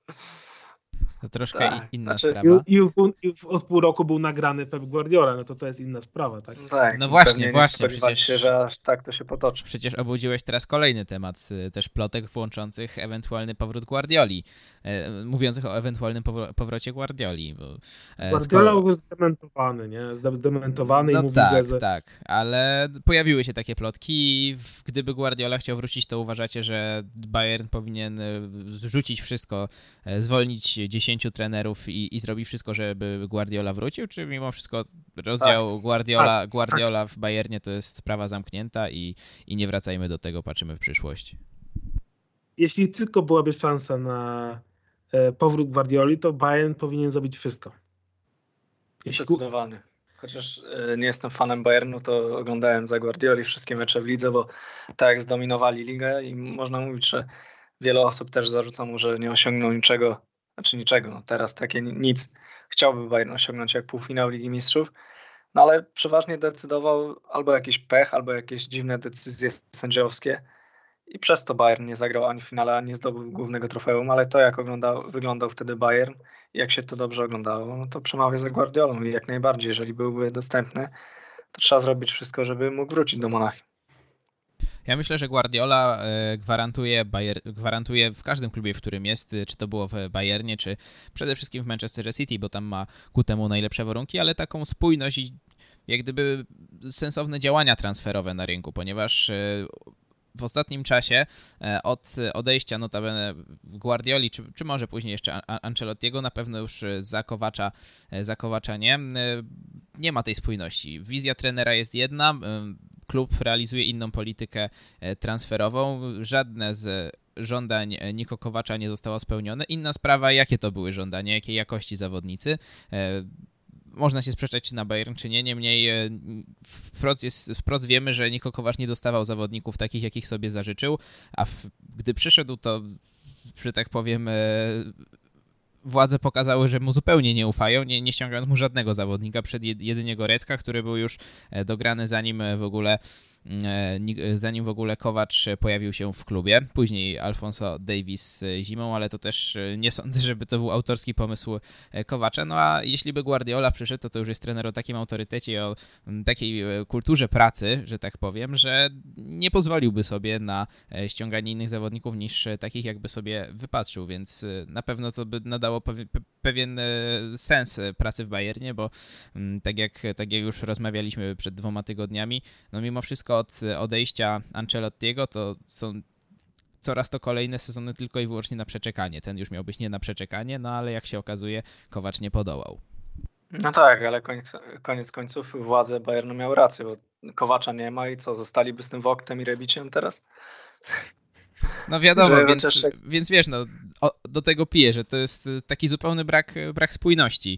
[SPEAKER 1] To troszkę
[SPEAKER 2] Tak,
[SPEAKER 1] inna
[SPEAKER 2] znaczy,
[SPEAKER 1] sprawa.
[SPEAKER 3] I od pół roku był nagrany Pep Guardiola, no to jest inna sprawa, tak?
[SPEAKER 2] Tak,
[SPEAKER 1] No właśnie,
[SPEAKER 2] pewnie nie
[SPEAKER 1] właśnie,
[SPEAKER 2] spodziewali się, że aż tak to się potoczy.
[SPEAKER 1] Przecież obudziłeś teraz kolejny temat, też plotek włączących ewentualny powrót Guardioli, mówiących o ewentualnym powrocie Guardioli.
[SPEAKER 3] Guardiola był zdementowany, nie? Zdementowany
[SPEAKER 1] no
[SPEAKER 3] i mówi,
[SPEAKER 1] tak,
[SPEAKER 3] że...
[SPEAKER 1] tak, ale pojawiły się takie plotki i gdyby Guardiola chciał wrócić, to uważacie, że Bayern powinien zrzucić wszystko, zwolnić 10 trenerów i zrobić wszystko, żeby Guardiola wrócił, czy mimo wszystko rozdział Guardiola w Bayernie to jest sprawa zamknięta i nie wracajmy do tego, patrzymy w przyszłość?
[SPEAKER 3] Jeśli tylko byłaby szansa na powrót Guardioli, to Bayern powinien zrobić wszystko.
[SPEAKER 2] Zdecydowanie. Chociaż nie jestem fanem Bayernu, to oglądałem za Guardioli wszystkie mecze w lidze, bo tak jak zdominowali ligę i można mówić, że wiele osób też zarzuca mu, że nie osiągnął niczego. No teraz takie nic chciałby Bayern osiągnąć jak półfinał Ligi Mistrzów, no ale przeważnie decydował albo jakiś pech, albo jakieś dziwne decyzje sędziowskie i przez to Bayern nie zagrał ani w finale, ani nie zdobył głównego trofeum, ale to jak wyglądał wtedy Bayern i jak się to dobrze oglądało, no to przemawia za Guardiolą i jak najbardziej, jeżeli byłby dostępny, to trzeba zrobić wszystko, żeby mógł wrócić do Monachium.
[SPEAKER 1] Ja myślę, że Guardiola gwarantuje w każdym klubie, w którym jest, czy to było w Bayernie, czy przede wszystkim w Manchesterze City, bo tam ma ku temu najlepsze warunki, ale taką spójność i jak gdyby sensowne działania transferowe na rynku, ponieważ w ostatnim czasie od odejścia notabene Guardioli, czy może później jeszcze Ancelottiego, na pewno już za Kowacza nie ma tej spójności. Wizja trenera jest jedna, klub realizuje inną politykę transferową, żadne z żądań Niko Kowacza nie zostało spełnione. Inna sprawa, jakie to były żądania, jakiej jakości zawodnicy. Można się sprzeczać, czy na Bayern, czy nie. Niemniej wprost wiemy, że Niko Kowacz nie dostawał zawodników takich, jakich sobie zażyczył, a gdy przyszedł, to, że tak powiem, władze pokazały, że mu zupełnie nie ufają, nie ściągając mu żadnego zawodnika, przed jedynie Gorecka, który był już dograny zanim w ogóle Kowacz pojawił się w klubie. Później Alphonso Davies zimą, ale to też nie sądzę, żeby to był autorski pomysł Kowacza. No a jeśli by Guardiola przyszedł, to już jest trener o takim autorytecie, o takiej kulturze pracy, że tak powiem, że nie pozwoliłby sobie na ściąganie innych zawodników niż takich, jakby sobie wypatrzył, więc na pewno to by nadało pewien sens pracy w Bayernie, bo tak jak już rozmawialiśmy przed 2 tygodniami, no mimo wszystko od odejścia Ancelottiego to są coraz to kolejne sezony tylko i wyłącznie na przeczekanie. Ten już miał być nie na przeczekanie, no ale jak się okazuje, Kowacz nie podołał.
[SPEAKER 2] No tak, ale koniec końców władze Bayernu miały rację, bo Kowacza nie ma i co, zostaliby z tym Vogtem i Rebiciem teraz?
[SPEAKER 1] No wiadomo,
[SPEAKER 2] chociaż
[SPEAKER 1] więc wiesz, no, do tego piję, że to jest taki zupełny brak spójności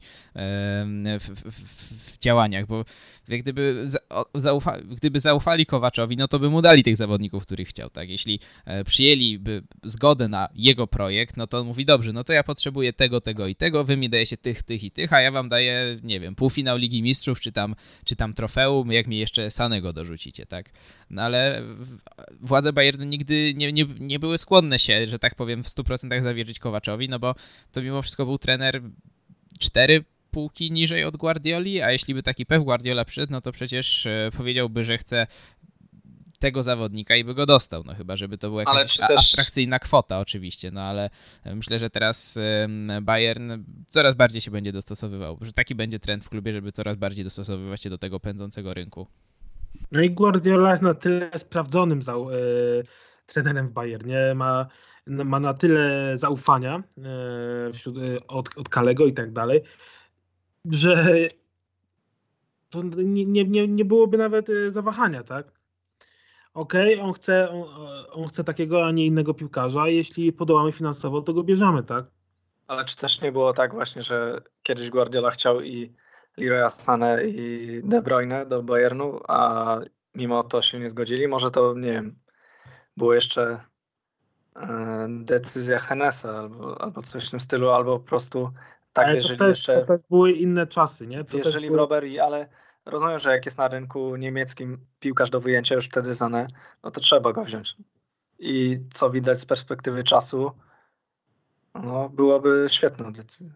[SPEAKER 1] w działaniach, bo jak gdyby zaufali Kowaczowi, no to by mu dali tych zawodników, których chciał, tak? Jeśli przyjęliby zgodę na jego projekt, no to on mówi, dobrze, no to ja potrzebuję tego i tego, wy mi dajecie tych i tych, a ja wam daję, nie wiem, półfinał Ligi Mistrzów, czy tam trofeum, jak mi jeszcze Sanego dorzucicie, tak? No ale władze Bayernu nigdy nie były skłonne się, że tak powiem, w 100% zawierzyć Kowaczowi, no bo to mimo wszystko był trener 4 półki niżej od Guardioli, a jeśli by taki Pep Guardiola przyszedł, no to przecież powiedziałby, że chce tego zawodnika i by go dostał, no chyba, żeby to była jakaś abstrakcyjna kwota oczywiście, no ale myślę, że teraz Bayern coraz bardziej się będzie dostosowywał, że taki będzie trend w klubie, żeby coraz bardziej dostosowywać się do tego pędzącego rynku.
[SPEAKER 3] No i Guardiola jest na tyle sprawdzonym trenerem w Bayernie, ma na tyle zaufania od Kalego i tak dalej, że to nie byłoby nawet zawahania, tak? Okej, on chce takiego, a nie innego piłkarza, jeśli podołamy finansowo, to go bierzemy, tak?
[SPEAKER 2] Ale czy też nie było tak właśnie, że kiedyś Guardiola chciał i Leroya Sané i De Bruyne do Bayernu, a mimo to się nie zgodzili? Może to, nie wiem, było jeszcze decyzja Henesa albo coś w tym stylu, albo po prostu tak,
[SPEAKER 3] ale
[SPEAKER 2] jeżeli
[SPEAKER 3] to też były inne czasy, nie?
[SPEAKER 2] Wierzyli w Robert, ale rozumiem, że jak jest na rynku niemieckim piłkarz do wyjęcia już wtedy Sané, no to trzeba go wziąć. I co widać z perspektywy czasu, no byłoby świetną decyzją.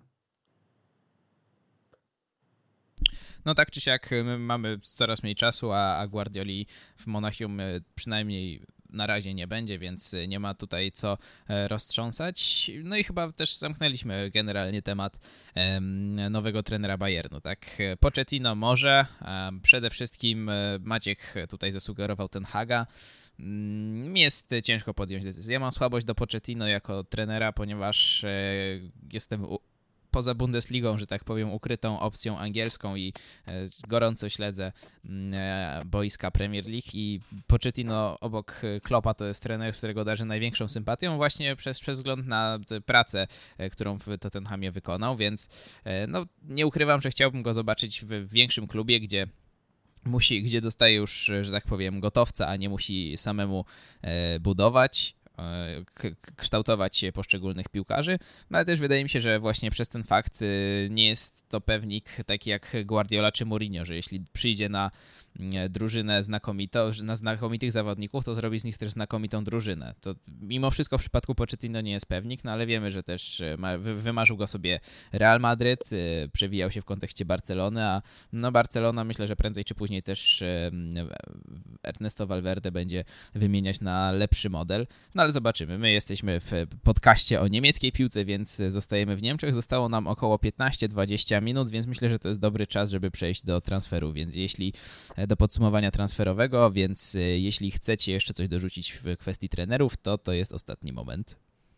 [SPEAKER 1] No tak czy siak my mamy coraz mniej czasu, a Guardioli w Monachium przynajmniej na razie nie będzie, więc nie ma tutaj co roztrząsać. No i chyba też zamknęliśmy generalnie temat nowego trenera Bayernu, tak? Pochettino może, przede wszystkim Maciek tutaj zasugerował Ten Haga. Mi jest ciężko podjąć decyzję. Ja mam słabość do Pochettino jako trenera, ponieważ jestem poza Bundesligą, że tak powiem, ukrytą opcją angielską i gorąco śledzę boiska Premier League i Pochettino obok Kloppa to jest trener, którego darzę największą sympatią właśnie przez wzgląd na pracę, którą w Tottenhamie wykonał, więc no, nie ukrywam, że chciałbym go zobaczyć w większym klubie, gdzie dostaje już, że tak powiem, gotowca, a nie musi samemu budować, kształtować poszczególnych piłkarzy, no ale też wydaje mi się, że właśnie przez ten fakt nie jest to pewnik taki jak Guardiola czy Mourinho, że jeśli przyjdzie na drużynę na znakomitych zawodników, to zrobi z nich też znakomitą drużynę. To mimo wszystko w przypadku Pochettino nie jest pewnik, no ale wiemy, że też wymarzył go sobie Real Madryt, przewijał się w kontekście Barcelony, a no Barcelona myślę, że prędzej czy później też Ernesto Valverde będzie wymieniać na lepszy model, no ale ale zobaczymy. My jesteśmy w podcaście o niemieckiej piłce, więc zostajemy w Niemczech. Zostało nam około 15-20 minut, więc myślę, że to jest dobry czas, żeby przejść do transferu, więc do podsumowania transferowego, więc jeśli chcecie jeszcze coś dorzucić w kwestii trenerów, to jest ostatni moment.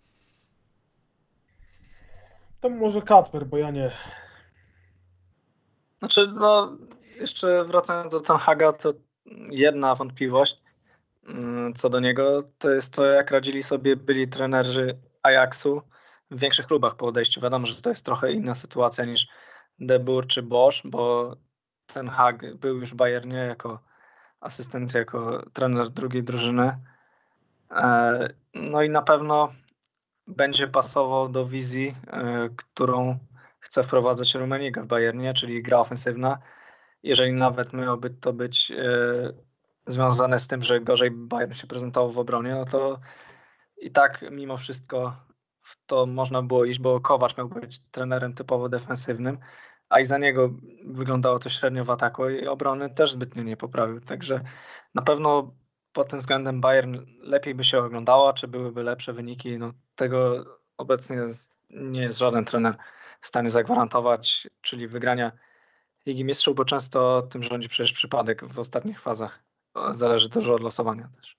[SPEAKER 3] To może Kacper, bo ja nie.
[SPEAKER 2] Znaczy, jeszcze wracając do Ten Haga, to jedna wątpliwość co do niego, to jest to, jak radzili sobie byli trenerzy Ajaxu w większych klubach po odejściu. Wiadomo, że to jest trochę inna sytuacja niż De Boer czy Bosz, bo Ten Hag był już w Bayernie jako asystent, jako trener drugiej drużyny. No i na pewno będzie pasował do wizji, którą chce wprowadzać Rummenigge w Bayernie, czyli gra ofensywna. Jeżeli nawet miałoby to być związane z tym, że gorzej Bayern się prezentował w obronie, no to i tak mimo wszystko w to można było iść, bo Kovac miał być trenerem typowo defensywnym, a i za niego wyglądało to średnio w ataku i obrony też zbytnio nie poprawił. Także na pewno pod tym względem Bayern lepiej by się oglądała, czy byłyby lepsze wyniki. No, tego obecnie nie jest żaden trener w stanie zagwarantować, czyli wygrania Ligi Mistrzów, bo często tym rządzi przecież przypadek w ostatnich fazach. Zależy dużo od losowania też.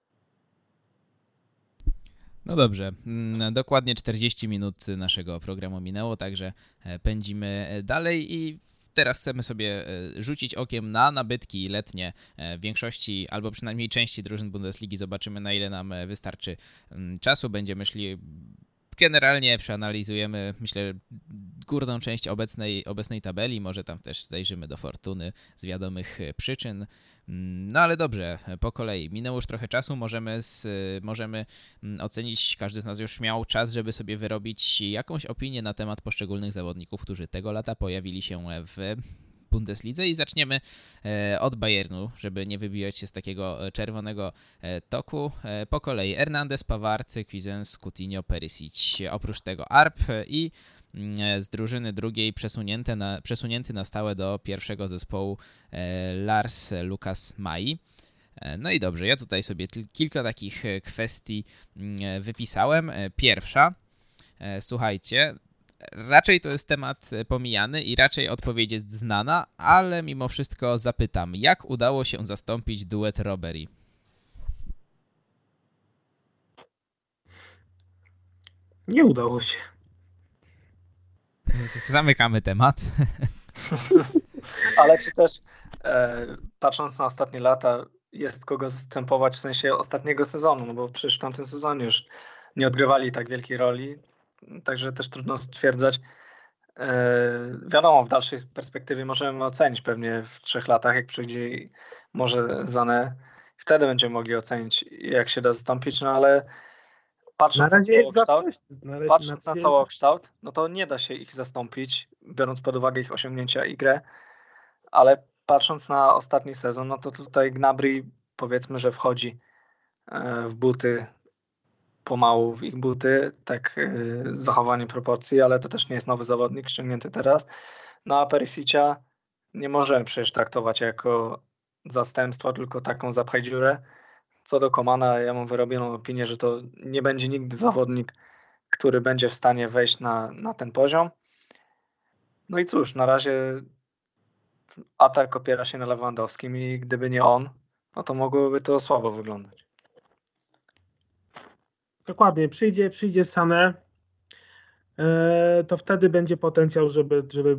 [SPEAKER 1] No dobrze, dokładnie 40 minut naszego programu minęło, także pędzimy dalej i teraz chcemy sobie rzucić okiem na nabytki letnie większości, albo przynajmniej części drużyn Bundesligi. Zobaczymy, na ile nam wystarczy czasu. Będziemy szli, generalnie przeanalizujemy, myślę, górną część obecnej tabeli. Może tam też zajrzymy do Fortuny z wiadomych przyczyn. No ale dobrze, po kolei. Minęło już trochę czasu, możemy ocenić, każdy z nas już miał czas, żeby sobie wyrobić jakąś opinię na temat poszczególnych zawodników, którzy tego lata pojawili się w Bundeslidze i zaczniemy od Bayernu, żeby nie wybijać się z takiego czerwonego toku. Po kolei Hernandez, Pavard, Cuisance, Coutinho, Perisic. Oprócz tego Arp i z drużyny drugiej przesunięty na stałe do pierwszego zespołu Lars Lukas Mai. No i dobrze, ja tutaj sobie kilka takich kwestii wypisałem. Pierwsza, słuchajcie, raczej to jest temat pomijany i raczej odpowiedź jest znana, ale mimo wszystko zapytam, jak udało się zastąpić duet Robbery?
[SPEAKER 3] Nie udało się.
[SPEAKER 1] Zamykamy temat.
[SPEAKER 2] Ale czy też patrząc na ostatnie lata, jest kogo zastępować w sensie ostatniego sezonu, no bo przecież w tamtym sezonie już nie odgrywali tak wielkiej roli, także też trudno stwierdzać. Wiadomo, w dalszej perspektywie możemy ocenić pewnie w 3 latach, jak przyjdzie może Sané, wtedy będziemy mogli ocenić, jak się da zastąpić, no ale patrząc na całokształt, no to nie da się ich zastąpić, biorąc pod uwagę ich osiągnięcia i grę, ale patrząc na ostatni sezon, no to tutaj Gnabry, powiedzmy, że wchodzi w buty, pomału w ich buty, tak z zachowaniem proporcji, ale to też nie jest nowy zawodnik ściągnięty teraz. No a Perisicia nie możemy przecież traktować jako zastępstwa, tylko taką zapchaj dziurę. Co do Komana, ja mam wyrobioną opinię, że to nie będzie nigdy zawodnik, który będzie w stanie wejść na ten poziom. No i cóż, na razie atak opiera się na Lewandowskim i gdyby nie on, no to mogłoby to słabo wyglądać.
[SPEAKER 3] Dokładnie, przyjdzie Sané, to wtedy będzie potencjał, żeby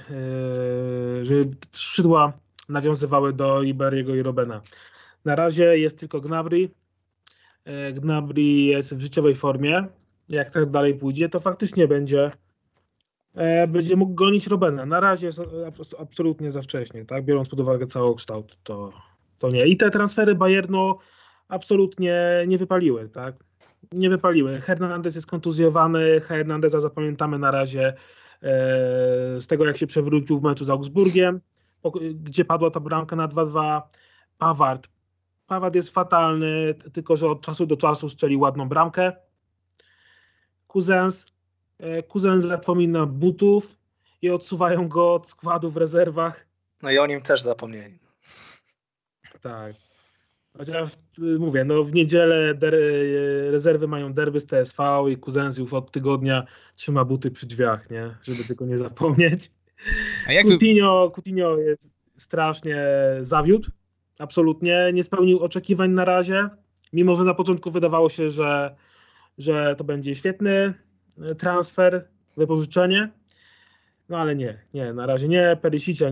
[SPEAKER 3] skrzydła nawiązywały do Riberiego i Robena. Na razie jest tylko Gnabry. Gnabry jest w życiowej formie. Jak tak dalej pójdzie, to faktycznie będzie mógł gonić Robena. Na razie jest absolutnie za wcześnie, tak? Biorąc pod uwagę całokształt, to nie. I te transfery Bayernu absolutnie nie wypaliły, tak? Nie wypaliły. Hernandez jest kontuzjowany. Hernandeza zapamiętamy na razie z tego, jak się przewrócił w meczu z Augsburgiem, gdzie padła ta bramka na 2-2. Pavard jest fatalny, tylko że od czasu do czasu strzeli ładną bramkę. Cuisance zapomina butów i odsuwają go od składu w rezerwach.
[SPEAKER 2] No i o nim też zapomnieli.
[SPEAKER 3] Tak. Chociaż mówię, no w niedzielę rezerwy mają derby z TSV i Cousins już od tygodnia trzyma buty przy drzwiach, nie? Żeby tylko nie zapomnieć.
[SPEAKER 1] A jak wy...
[SPEAKER 3] Coutinho jest strasznie zawiódł. Absolutnie nie spełnił oczekiwań na razie. Mimo że na początku wydawało się, że to będzie świetny transfer, wypożyczenie. No ale nie, na razie nie. Perisicia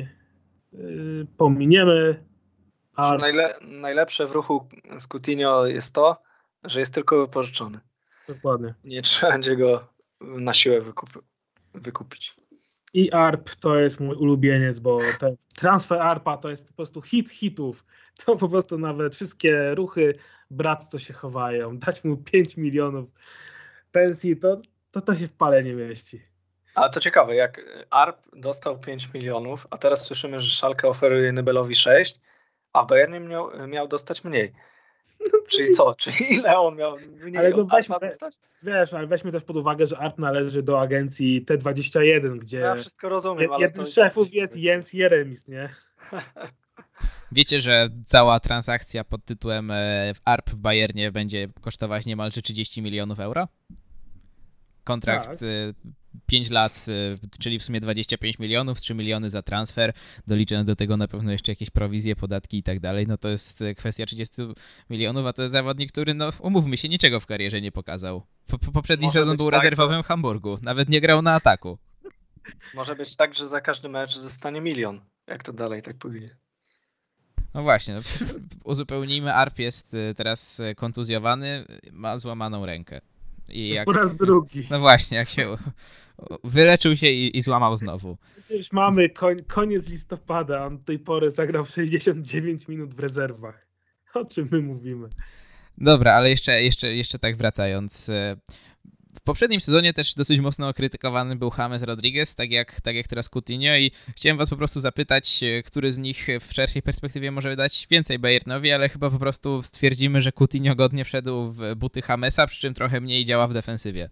[SPEAKER 3] pominiemy. A
[SPEAKER 2] Najlepsze w ruchu z Coutinho jest to, że jest tylko wypożyczony.
[SPEAKER 3] dokładnie.
[SPEAKER 2] Nie trzeba będzie go na siłę wykupić.
[SPEAKER 3] I ARP to jest mój ulubieniec, bo ten transfer ARPA to jest po prostu hit hitów. To po prostu nawet wszystkie ruchy bractwo się chowają. Dać mu 5 milionów pensji, to się w pale nie mieści.
[SPEAKER 2] Ale to ciekawe, jak ARP dostał 5 milionów, a teraz słyszymy, że Schalke oferuje Nybelowi 6, a Bayern miał dostać mniej. Czyli co? Czyli ile on miał mniej
[SPEAKER 3] ale no
[SPEAKER 2] ARPa dostać?
[SPEAKER 3] Wiesz, ale weźmy też pod uwagę, że ARP należy do agencji T21, gdzie
[SPEAKER 2] Ja wszystko rozumiem, ale
[SPEAKER 3] jednym z szefów jest Jens Jeremis, nie?
[SPEAKER 1] Wiecie, że cała transakcja pod tytułem ARP w Bayernie będzie kosztować niemalże 30 milionów euro? Kontrakt
[SPEAKER 3] Tak.
[SPEAKER 1] 5 lat, czyli w sumie 25 milionów, 3 miliony za transfer, doliczając do tego na pewno jeszcze jakieś prowizje, podatki i tak dalej, no to jest kwestia 30 milionów, a to jest zawodnik, który, no umówmy się, niczego w karierze nie pokazał. Poprzedni sezon był rezerwowym w Hamburgu, nawet nie grał na ataku.
[SPEAKER 2] Może być tak, że za każdy mecz zostanie milion, jak to dalej tak pójdzie.
[SPEAKER 1] No właśnie, no, uzupełnijmy, ARP jest teraz kontuzjowany, ma złamaną rękę.
[SPEAKER 3] Po raz drugi.
[SPEAKER 1] No właśnie, jak się wyleczył się i złamał znowu.
[SPEAKER 3] Już mamy koniec listopada, on do tej pory zagrał 69 minut w rezerwach. O czym my mówimy?
[SPEAKER 1] Dobra, ale jeszcze tak wracając. W poprzednim sezonie też dosyć mocno krytykowany był James Rodriguez, tak jak teraz Coutinho, i chciałem was po prostu zapytać, który z nich w szerszej perspektywie może dać więcej Bayernowi, ale chyba po prostu stwierdzimy, że Coutinho godnie wszedł w buty Jamesa, przy czym trochę mniej działa w defensywie.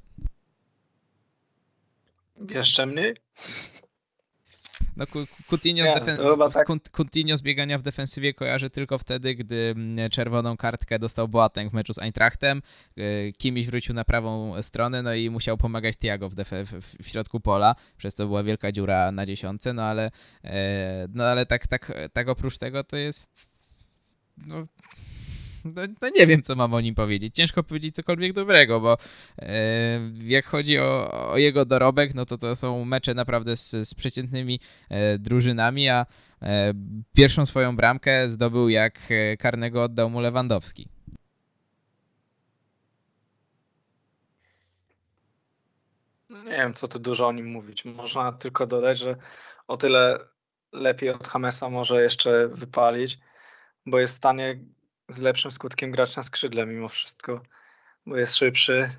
[SPEAKER 2] Jeszcze mniej?
[SPEAKER 1] No Coutinho z biegania w defensywie kojarzy tylko wtedy, gdy czerwoną kartkę dostał Boateng w meczu z Eintrachtem, Kimmich wrócił na prawą stronę, no i musiał pomagać Thiago w środku pola, przez co była wielka dziura na 10, no ale tak oprócz tego to jest... No nie wiem, co mam o nim powiedzieć. Ciężko powiedzieć cokolwiek dobrego, bo jak chodzi o jego dorobek, no to są mecze naprawdę z przeciętnymi drużynami, a pierwszą swoją bramkę zdobył, jak karnego oddał mu Lewandowski.
[SPEAKER 2] No nie wiem, co tu dużo o nim mówić. Można tylko dodać, że o tyle lepiej od Jamesa może jeszcze wypalić, bo jest w stanie z lepszym skutkiem grać na skrzydle mimo wszystko, bo jest szybszy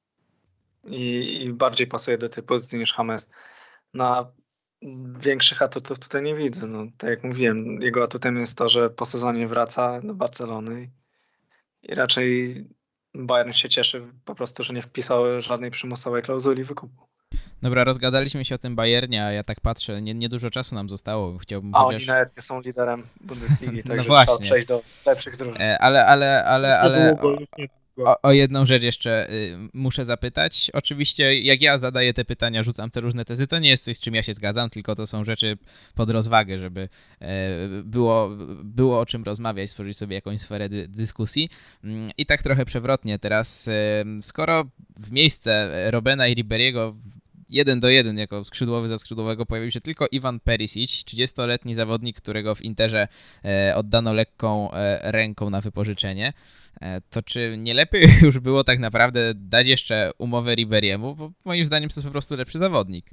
[SPEAKER 2] i bardziej pasuje do tej pozycji niż James. Na większych atutów tutaj nie widzę. No, tak jak mówiłem, jego atutem jest to, że po sezonie wraca do Barcelony i raczej Bayern się cieszy po prostu, że nie wpisał żadnej przymusowej klauzuli wykupu.
[SPEAKER 1] Dobra, rozgadaliśmy się o tym Bayernie, a ja tak patrzę, niedużo czasu nam zostało. Chciałbym
[SPEAKER 2] oni nawet nie są liderem Bundesligi, także
[SPEAKER 1] no
[SPEAKER 2] trzeba przejść do lepszych drużyn.
[SPEAKER 1] Ale o jedną rzecz jeszcze muszę zapytać. Oczywiście jak ja zadaję te pytania, rzucam te różne tezy, to nie jest coś, z czym ja się zgadzam, tylko to są rzeczy pod rozwagę, żeby było o czym rozmawiać, stworzyć sobie jakąś sferę dyskusji. I tak trochę przewrotnie teraz, skoro w miejsce Robena i Riberiego 1-1 jako skrzydłowy za skrzydłowego pojawił się tylko Ivan Perisic, 30-letni zawodnik, którego w Interze oddano lekką ręką na wypożyczenie. To czy nie lepiej już było tak naprawdę dać jeszcze umowę Riberiemu, bo moim zdaniem to jest po prostu lepszy zawodnik.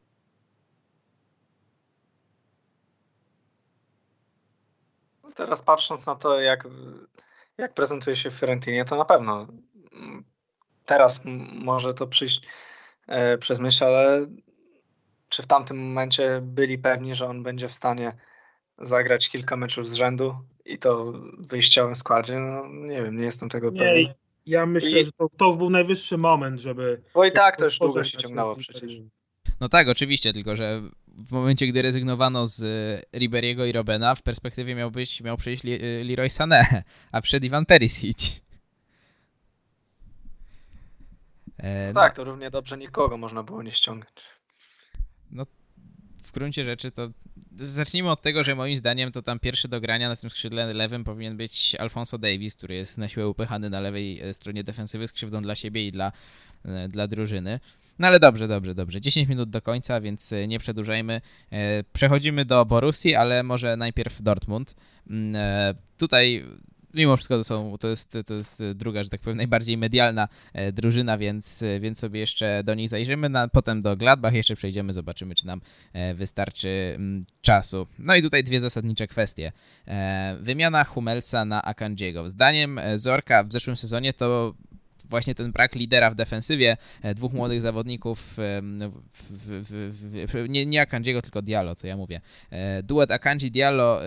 [SPEAKER 2] Teraz patrząc na to, jak prezentuje się w Fiorentinie, to na pewno teraz może to przyjść przez myśl, ale czy w tamtym momencie byli pewni, że on będzie w stanie zagrać kilka meczów z rzędu i to w wyjściowym składzie? No nie wiem, nie jestem tego pewien.
[SPEAKER 3] Ja myślę, że to już był najwyższy moment, żeby...
[SPEAKER 2] Bo i tak to już długo się ciągnęło przecież.
[SPEAKER 1] No tak, oczywiście, tylko że w momencie, gdy rezygnowano z Riberiego i Robena, w perspektywie miał przyjść Leroy Sané, a przed Ivan Perisic.
[SPEAKER 2] Tak, to równie dobrze nikogo można było nie ściągnąć.
[SPEAKER 1] No, w gruncie rzeczy to zacznijmy od tego, że moim zdaniem to tam pierwszy do grania na tym skrzydle lewym powinien być Alphonso Davies, który jest na siłę upychany na lewej stronie defensywy z krzywdą dla siebie i dla drużyny. No ale dobrze. 10 minut do końca, więc nie przedłużajmy. Przechodzimy do Borussii, ale może najpierw Dortmund. Tutaj mimo wszystko to jest druga, że tak powiem, najbardziej medialna drużyna, więc sobie jeszcze do niej zajrzymy. Potem do Gladbach jeszcze przejdziemy, zobaczymy, czy nam wystarczy czasu. No i tutaj dwie zasadnicze kwestie. Wymiana Hummelsa na Akanjiego. Zdaniem Zorka w zeszłym sezonie to właśnie ten brak lidera w defensywie, dwóch młodych zawodników, nie Akanjiego, tylko Diallo, co ja mówię. Duet Akanji-Diallo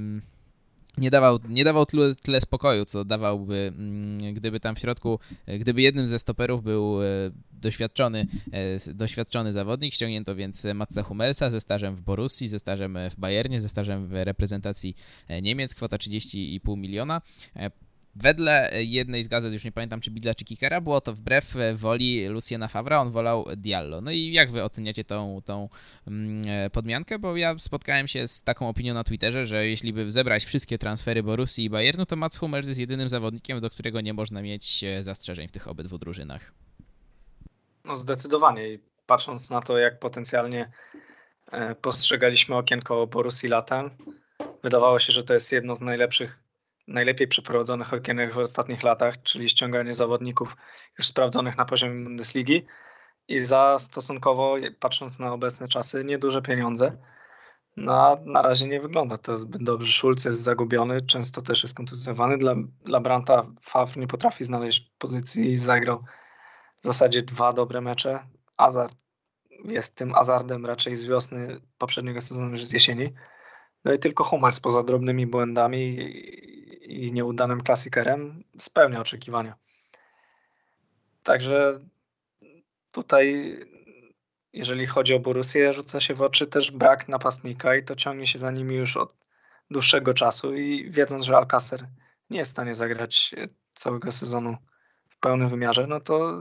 [SPEAKER 1] nie dawał tyle spokoju, co dawałby, gdyby tam w środku, gdyby jednym ze stoperów był doświadczony zawodnik. Ściągnięto więc Matsa Hummelsa ze stażem w Borussii, ze stażem w Bayernie, ze stażem w reprezentacji Niemiec, kwota 30,5 miliona. Wedle jednej z gazet, już nie pamiętam czy Bidla czy Kickera, było to wbrew woli Luciana Favra, on wolał Diallo. No i jak wy oceniacie tą podmiankę? Bo ja spotkałem się z taką opinią na Twitterze, że jeśli by zebrać wszystkie transfery Borussii i Bayernu, to Mats Hummels jest jedynym zawodnikiem, do którego nie można mieć zastrzeżeń w tych obydwu drużynach.
[SPEAKER 2] No zdecydowanie i patrząc na to, jak potencjalnie postrzegaliśmy okienko Borussii latem, wydawało się, że to jest jedno z najlepiej przeprowadzonych okienek w ostatnich latach, czyli ściąganie zawodników już sprawdzonych na poziomie Bundesligi i za stosunkowo, patrząc na obecne czasy, nieduże pieniądze. Na razie nie wygląda to zbyt dobrze. Schulz jest zagubiony, często też jest kontuzjowany. Dla Brandta Favre nie potrafi znaleźć pozycji i zagrał w zasadzie 2 dobre mecze. Hazard jest tym Hazardem raczej z wiosny poprzedniego sezonu niż z jesieni. No i tylko Hummels poza drobnymi błędami i nieudanym klasikerem spełnia oczekiwania. Także tutaj, jeżeli chodzi o Borussię, rzuca się w oczy też brak napastnika i to ciągnie się za nimi już od dłuższego czasu i wiedząc, że Alcacer nie jest w stanie zagrać całego sezonu w pełnym wymiarze, no to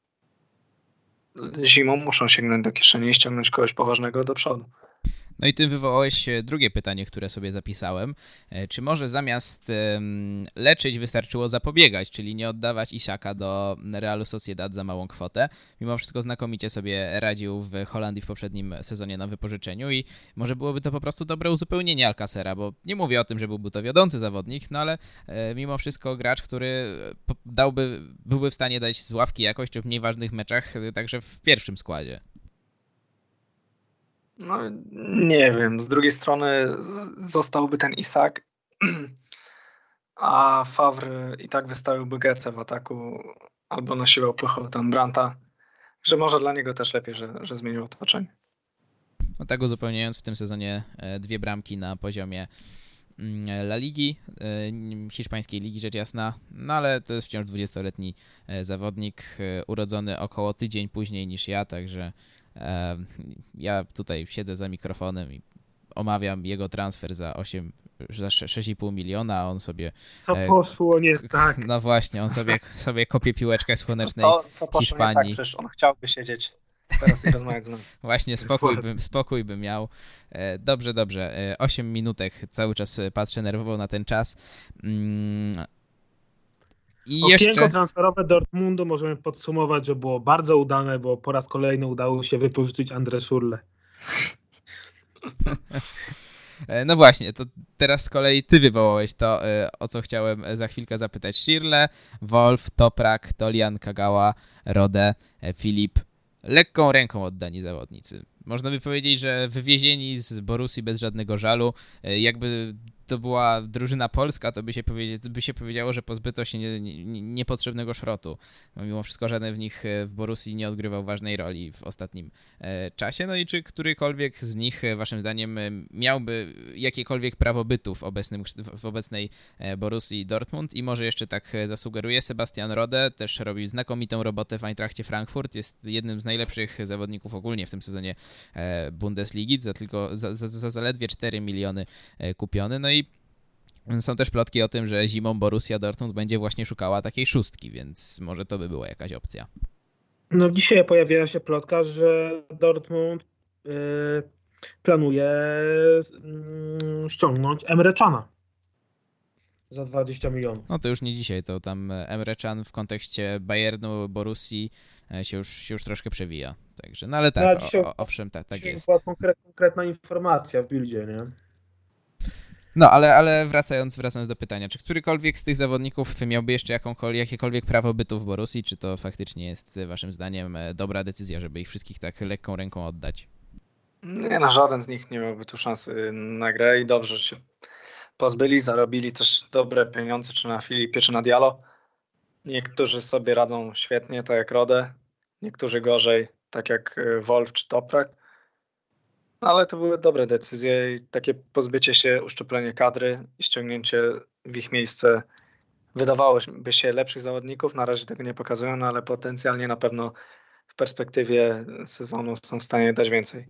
[SPEAKER 2] zimą muszą sięgnąć do kieszeni i ściągnąć kogoś poważnego do przodu.
[SPEAKER 1] No i tym wywołałeś drugie pytanie, które sobie zapisałem. Czy może zamiast leczyć wystarczyło zapobiegać, czyli nie oddawać Isaka do Realu Sociedad za małą kwotę? Mimo wszystko znakomicie sobie radził w Holandii w poprzednim sezonie na wypożyczeniu i może byłoby to po prostu dobre uzupełnienie Alcacera, bo nie mówię o tym, że byłby to wiodący zawodnik, no ale mimo wszystko gracz, który byłby w stanie dać z ławki jakoś, czy w mniej ważnych meczach, także w pierwszym składzie.
[SPEAKER 2] No nie wiem, z drugiej strony zostałby ten Isak, a Favre i tak wystawiłby Goetze w ataku albo na siłę opychał tam Brandta, że może dla niego też lepiej, że zmienił otoczenie.
[SPEAKER 1] No tak uzupełniając w tym sezonie 2 bramki na poziomie La Ligi, hiszpańskiej ligi rzecz jasna, no ale to jest wciąż 20-letni zawodnik, urodzony około tydzień później niż ja, także ja tutaj siedzę za mikrofonem i omawiam jego transfer za 6,5 miliona, a on sobie...
[SPEAKER 3] Co poszło nie tak?
[SPEAKER 1] No właśnie, on sobie kopie piłeczkę słonecznej
[SPEAKER 2] co poszło
[SPEAKER 1] Hiszpanii.
[SPEAKER 2] nie tak? Przecież on chciałby siedzieć teraz i rozmawiać z nami.
[SPEAKER 1] Właśnie, spokój by miał. Dobrze. 8 minutek, cały czas patrzę nerwowo na ten czas. I
[SPEAKER 3] okienko transferowe Dortmundu możemy podsumować, że było bardzo udane, bo po raz kolejny udało się wypożyczyć André Schürrle.
[SPEAKER 1] No właśnie, to teraz z kolei ty wywołałeś to, o co chciałem za chwilkę zapytać. Schürrle, Wolf, Toprak, Tolian, Kagawa, Rode, Filip. Lekką ręką oddani zawodnicy. Można by powiedzieć, że wywiezieni z Borussii bez żadnego żalu. Jakby to była drużyna polska, to by się powiedziało, że pozbyto się niepotrzebnego szrotu. Mimo wszystko żaden w nich w Borussii nie odgrywał ważnej roli w ostatnim czasie. No i czy którykolwiek z nich waszym zdaniem miałby jakiekolwiek prawo bytu w obecnej Borussii Dortmund? I może jeszcze tak zasugeruję, Sebastian Rode też robił znakomitą robotę w Eintrachcie Frankfurt. Jest jednym z najlepszych zawodników ogólnie w tym sezonie Bundesligi, za zaledwie 4 miliony kupiony. No i są też plotki o tym, że zimą Borussia Dortmund będzie właśnie szukała takiej szóstki, więc może to by była jakaś opcja.
[SPEAKER 3] No dzisiaj pojawiła się plotka, że Dortmund planuje ściągnąć Emre Cana za 20 milionów.
[SPEAKER 1] No to już nie dzisiaj, to tam Emre Can w kontekście Bayernu, Borussii się już troszkę przewija. Także, no ale tak, owszem, tak jest.
[SPEAKER 3] Była konkretna informacja w Bildzie, nie?
[SPEAKER 1] No, ale wracając do pytania, czy którykolwiek z tych zawodników miałby jeszcze jakiekolwiek prawo bytu w Borussii, czy to faktycznie jest waszym zdaniem dobra decyzja, żeby ich wszystkich tak lekką ręką oddać?
[SPEAKER 2] Nie, no żaden z nich nie miałby tu szansy na grę i dobrze, że się pozbyli, zarobili też dobre pieniądze, czy na Filipie, czy na Diallo. Niektórzy sobie radzą świetnie, tak jak Rode, niektórzy gorzej, tak jak Wolf czy Toprak. Ale to były dobre decyzje i takie pozbycie się, uszczuplenie kadry i ściągnięcie w ich miejsce wydawałoby się lepszych zawodników. Na razie tego nie pokazują, no ale potencjalnie na pewno w perspektywie sezonu są w stanie dać więcej.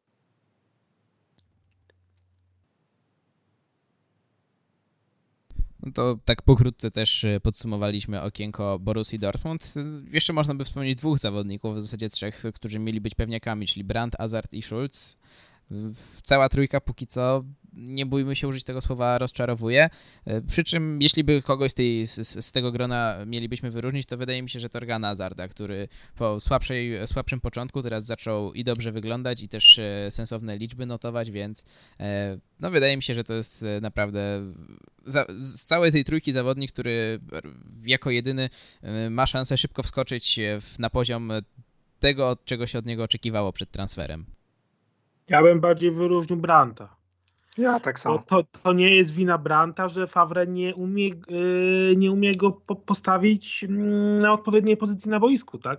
[SPEAKER 1] No to tak pokrótce też podsumowaliśmy okienko Borussii Dortmund. Jeszcze można by wspomnieć dwóch zawodników, w zasadzie trzech, którzy mieli być pewniakami, czyli Brandt, Hazard i Schulz. Cała trójka póki co, nie bójmy się użyć tego słowa, rozczarowuje. Przy czym jeśli by kogoś z tego grona mielibyśmy wyróżnić, to wydaje mi się, że Thorgana Hazarda, który po słabszym początku teraz zaczął i dobrze wyglądać i też sensowne liczby notować, więc no wydaje mi się, że to jest naprawdę z całej tej trójki zawodnik, który jako jedyny ma szansę szybko wskoczyć na poziom tego, czego się od niego oczekiwało przed transferem.
[SPEAKER 3] Ja bym bardziej wyróżnił Brandta.
[SPEAKER 2] Ja tak samo.
[SPEAKER 3] To nie jest wina Brandta, że Favre nie umie go postawić na odpowiedniej pozycji na boisku, tak?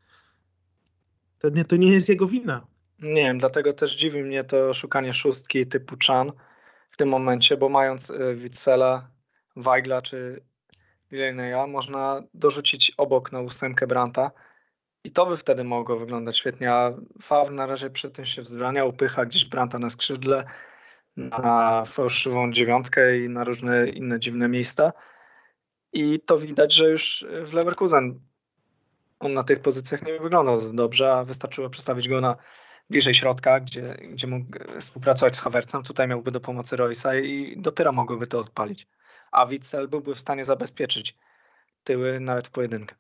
[SPEAKER 3] To nie jest jego wina.
[SPEAKER 2] Nie wiem, dlatego też dziwi mnie to szukanie szóstki typu Chan w tym momencie, bo mając Witzela, Weigla czy Delaney'a można dorzucić obok na 8 Brandta i to by wtedy mogło wyglądać świetnie, a Favre na razie przy tym się wzbrania, upycha gdzieś Brandta na skrzydle, na fałszywą 9 i na różne inne dziwne miejsca. I to widać, że już w Leverkusen on na tych pozycjach nie wyglądał dobrze, a wystarczyło przestawić go na bliżej środka, gdzie mógł współpracować z Havertzem. Tutaj miałby do pomocy Royce'a i dopiero mogłoby to odpalić. A Witsel byłby w stanie zabezpieczyć tyły nawet w pojedynkę.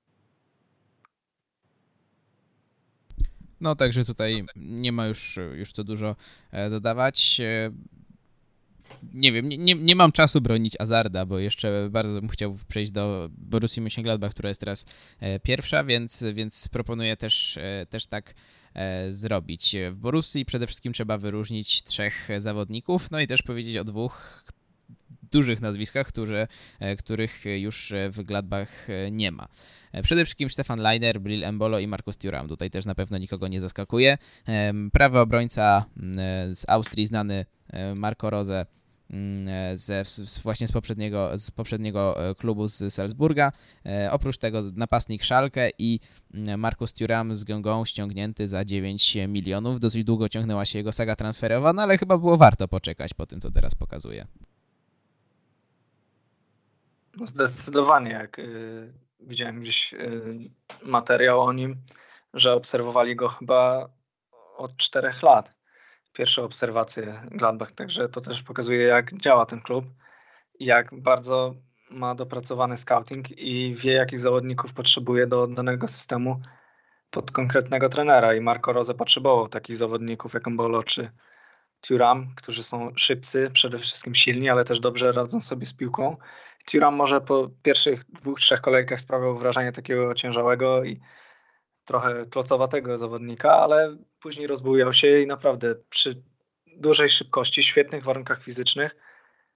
[SPEAKER 1] No także tutaj nie ma już co dużo dodawać. Nie wiem, nie mam czasu bronić Hazarda, bo jeszcze bardzo bym chciał przejść do Borussii Mönchengladbach, która jest teraz pierwsza, więc proponuję też tak zrobić. W Borussii przede wszystkim trzeba wyróżnić 3 zawodników, no i też powiedzieć o 2 dużych nazwiskach, których już w Gladbach nie ma. Przede wszystkim Stefan Leiner, Bril Embolo i Markus Thuram. Tutaj też na pewno nikogo nie zaskakuje. Prawy obrońca z Austrii znany Marco Rose właśnie z poprzedniego klubu z Salzburga. Oprócz tego napastnik Schalke i Markus Thuram z Guingamp ściągnięty za 9 milionów. Dosyć długo ciągnęła się jego saga transferowa, no ale chyba było warto poczekać po tym, co teraz pokazuje.
[SPEAKER 2] Zdecydowanie, jak widziałem gdzieś materiał o nim, że obserwowali go chyba od 4 lat. Pierwsze obserwacje Gladbach, także to też pokazuje, jak działa ten klub i jak bardzo ma dopracowany scouting i wie, jakich zawodników potrzebuje do danego systemu pod konkretnego trenera. I Marco Rose potrzebował takich zawodników jak Embolo czy Thuram, którzy są szybcy, przede wszystkim silni, ale też dobrze radzą sobie z piłką. Thuram może po pierwszych 2-3 kolejkach sprawiał wrażenie takiego ociężałego i trochę klocowatego zawodnika, ale później rozbujał się i naprawdę przy dużej szybkości, świetnych warunkach fizycznych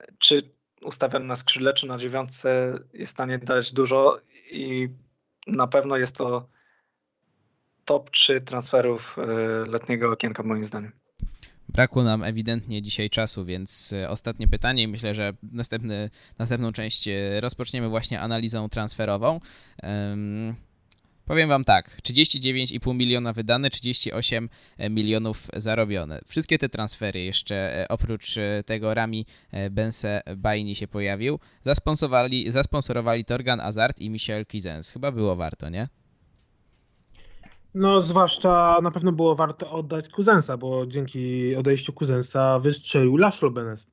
[SPEAKER 2] czy ustawiony na skrzydle, czy na dziewiątce jest w stanie dać dużo i na pewno jest to top 3 transferów letniego okienka moim zdaniem.
[SPEAKER 1] Brakło nam ewidentnie dzisiaj czasu, więc ostatnie pytanie i myślę, że następną część rozpoczniemy właśnie analizą transferową. Powiem wam tak, 39,5 miliona wydane, 38 milionów zarobione. Wszystkie te transfery, jeszcze oprócz tego Rami Bensebaini się pojawił, zasponsorowali Torgan Hazard i Michel Cuisance. Chyba było warto, nie?
[SPEAKER 3] No zwłaszcza na pewno było warto oddać Cousensa, bo dzięki odejściu Cousensa wystrzelił Laszlo Benes.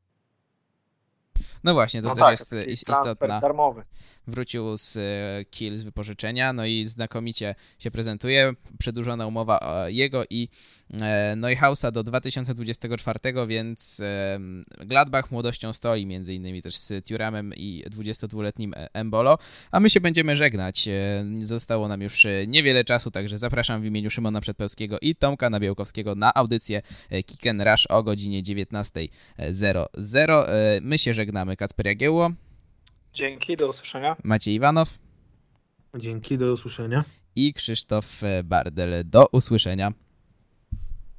[SPEAKER 1] No właśnie, to
[SPEAKER 2] No
[SPEAKER 1] też
[SPEAKER 2] tak,
[SPEAKER 1] jest
[SPEAKER 2] transfer
[SPEAKER 1] istotna.
[SPEAKER 2] darmowy.
[SPEAKER 1] Wrócił z Kiel z wypożyczenia, no i znakomicie się prezentuje. Przedłużona umowa jego i Neuhausa do 2024, więc Gladbach młodością stoi, między innymi też z Thuramem i 22-letnim Embolo, a my się będziemy żegnać. Zostało nam już niewiele czasu, także zapraszam w imieniu Szymona Przedpełskiego i Tomka Nabiełkowskiego na audycję Kick and Rush o godzinie 19:00. My się żegnamy. Kacper Jagiełło.
[SPEAKER 2] Dzięki, do usłyszenia.
[SPEAKER 1] Maciej Iwanow.
[SPEAKER 3] Dzięki, do usłyszenia.
[SPEAKER 1] I Krzysztof Bardel. Do usłyszenia.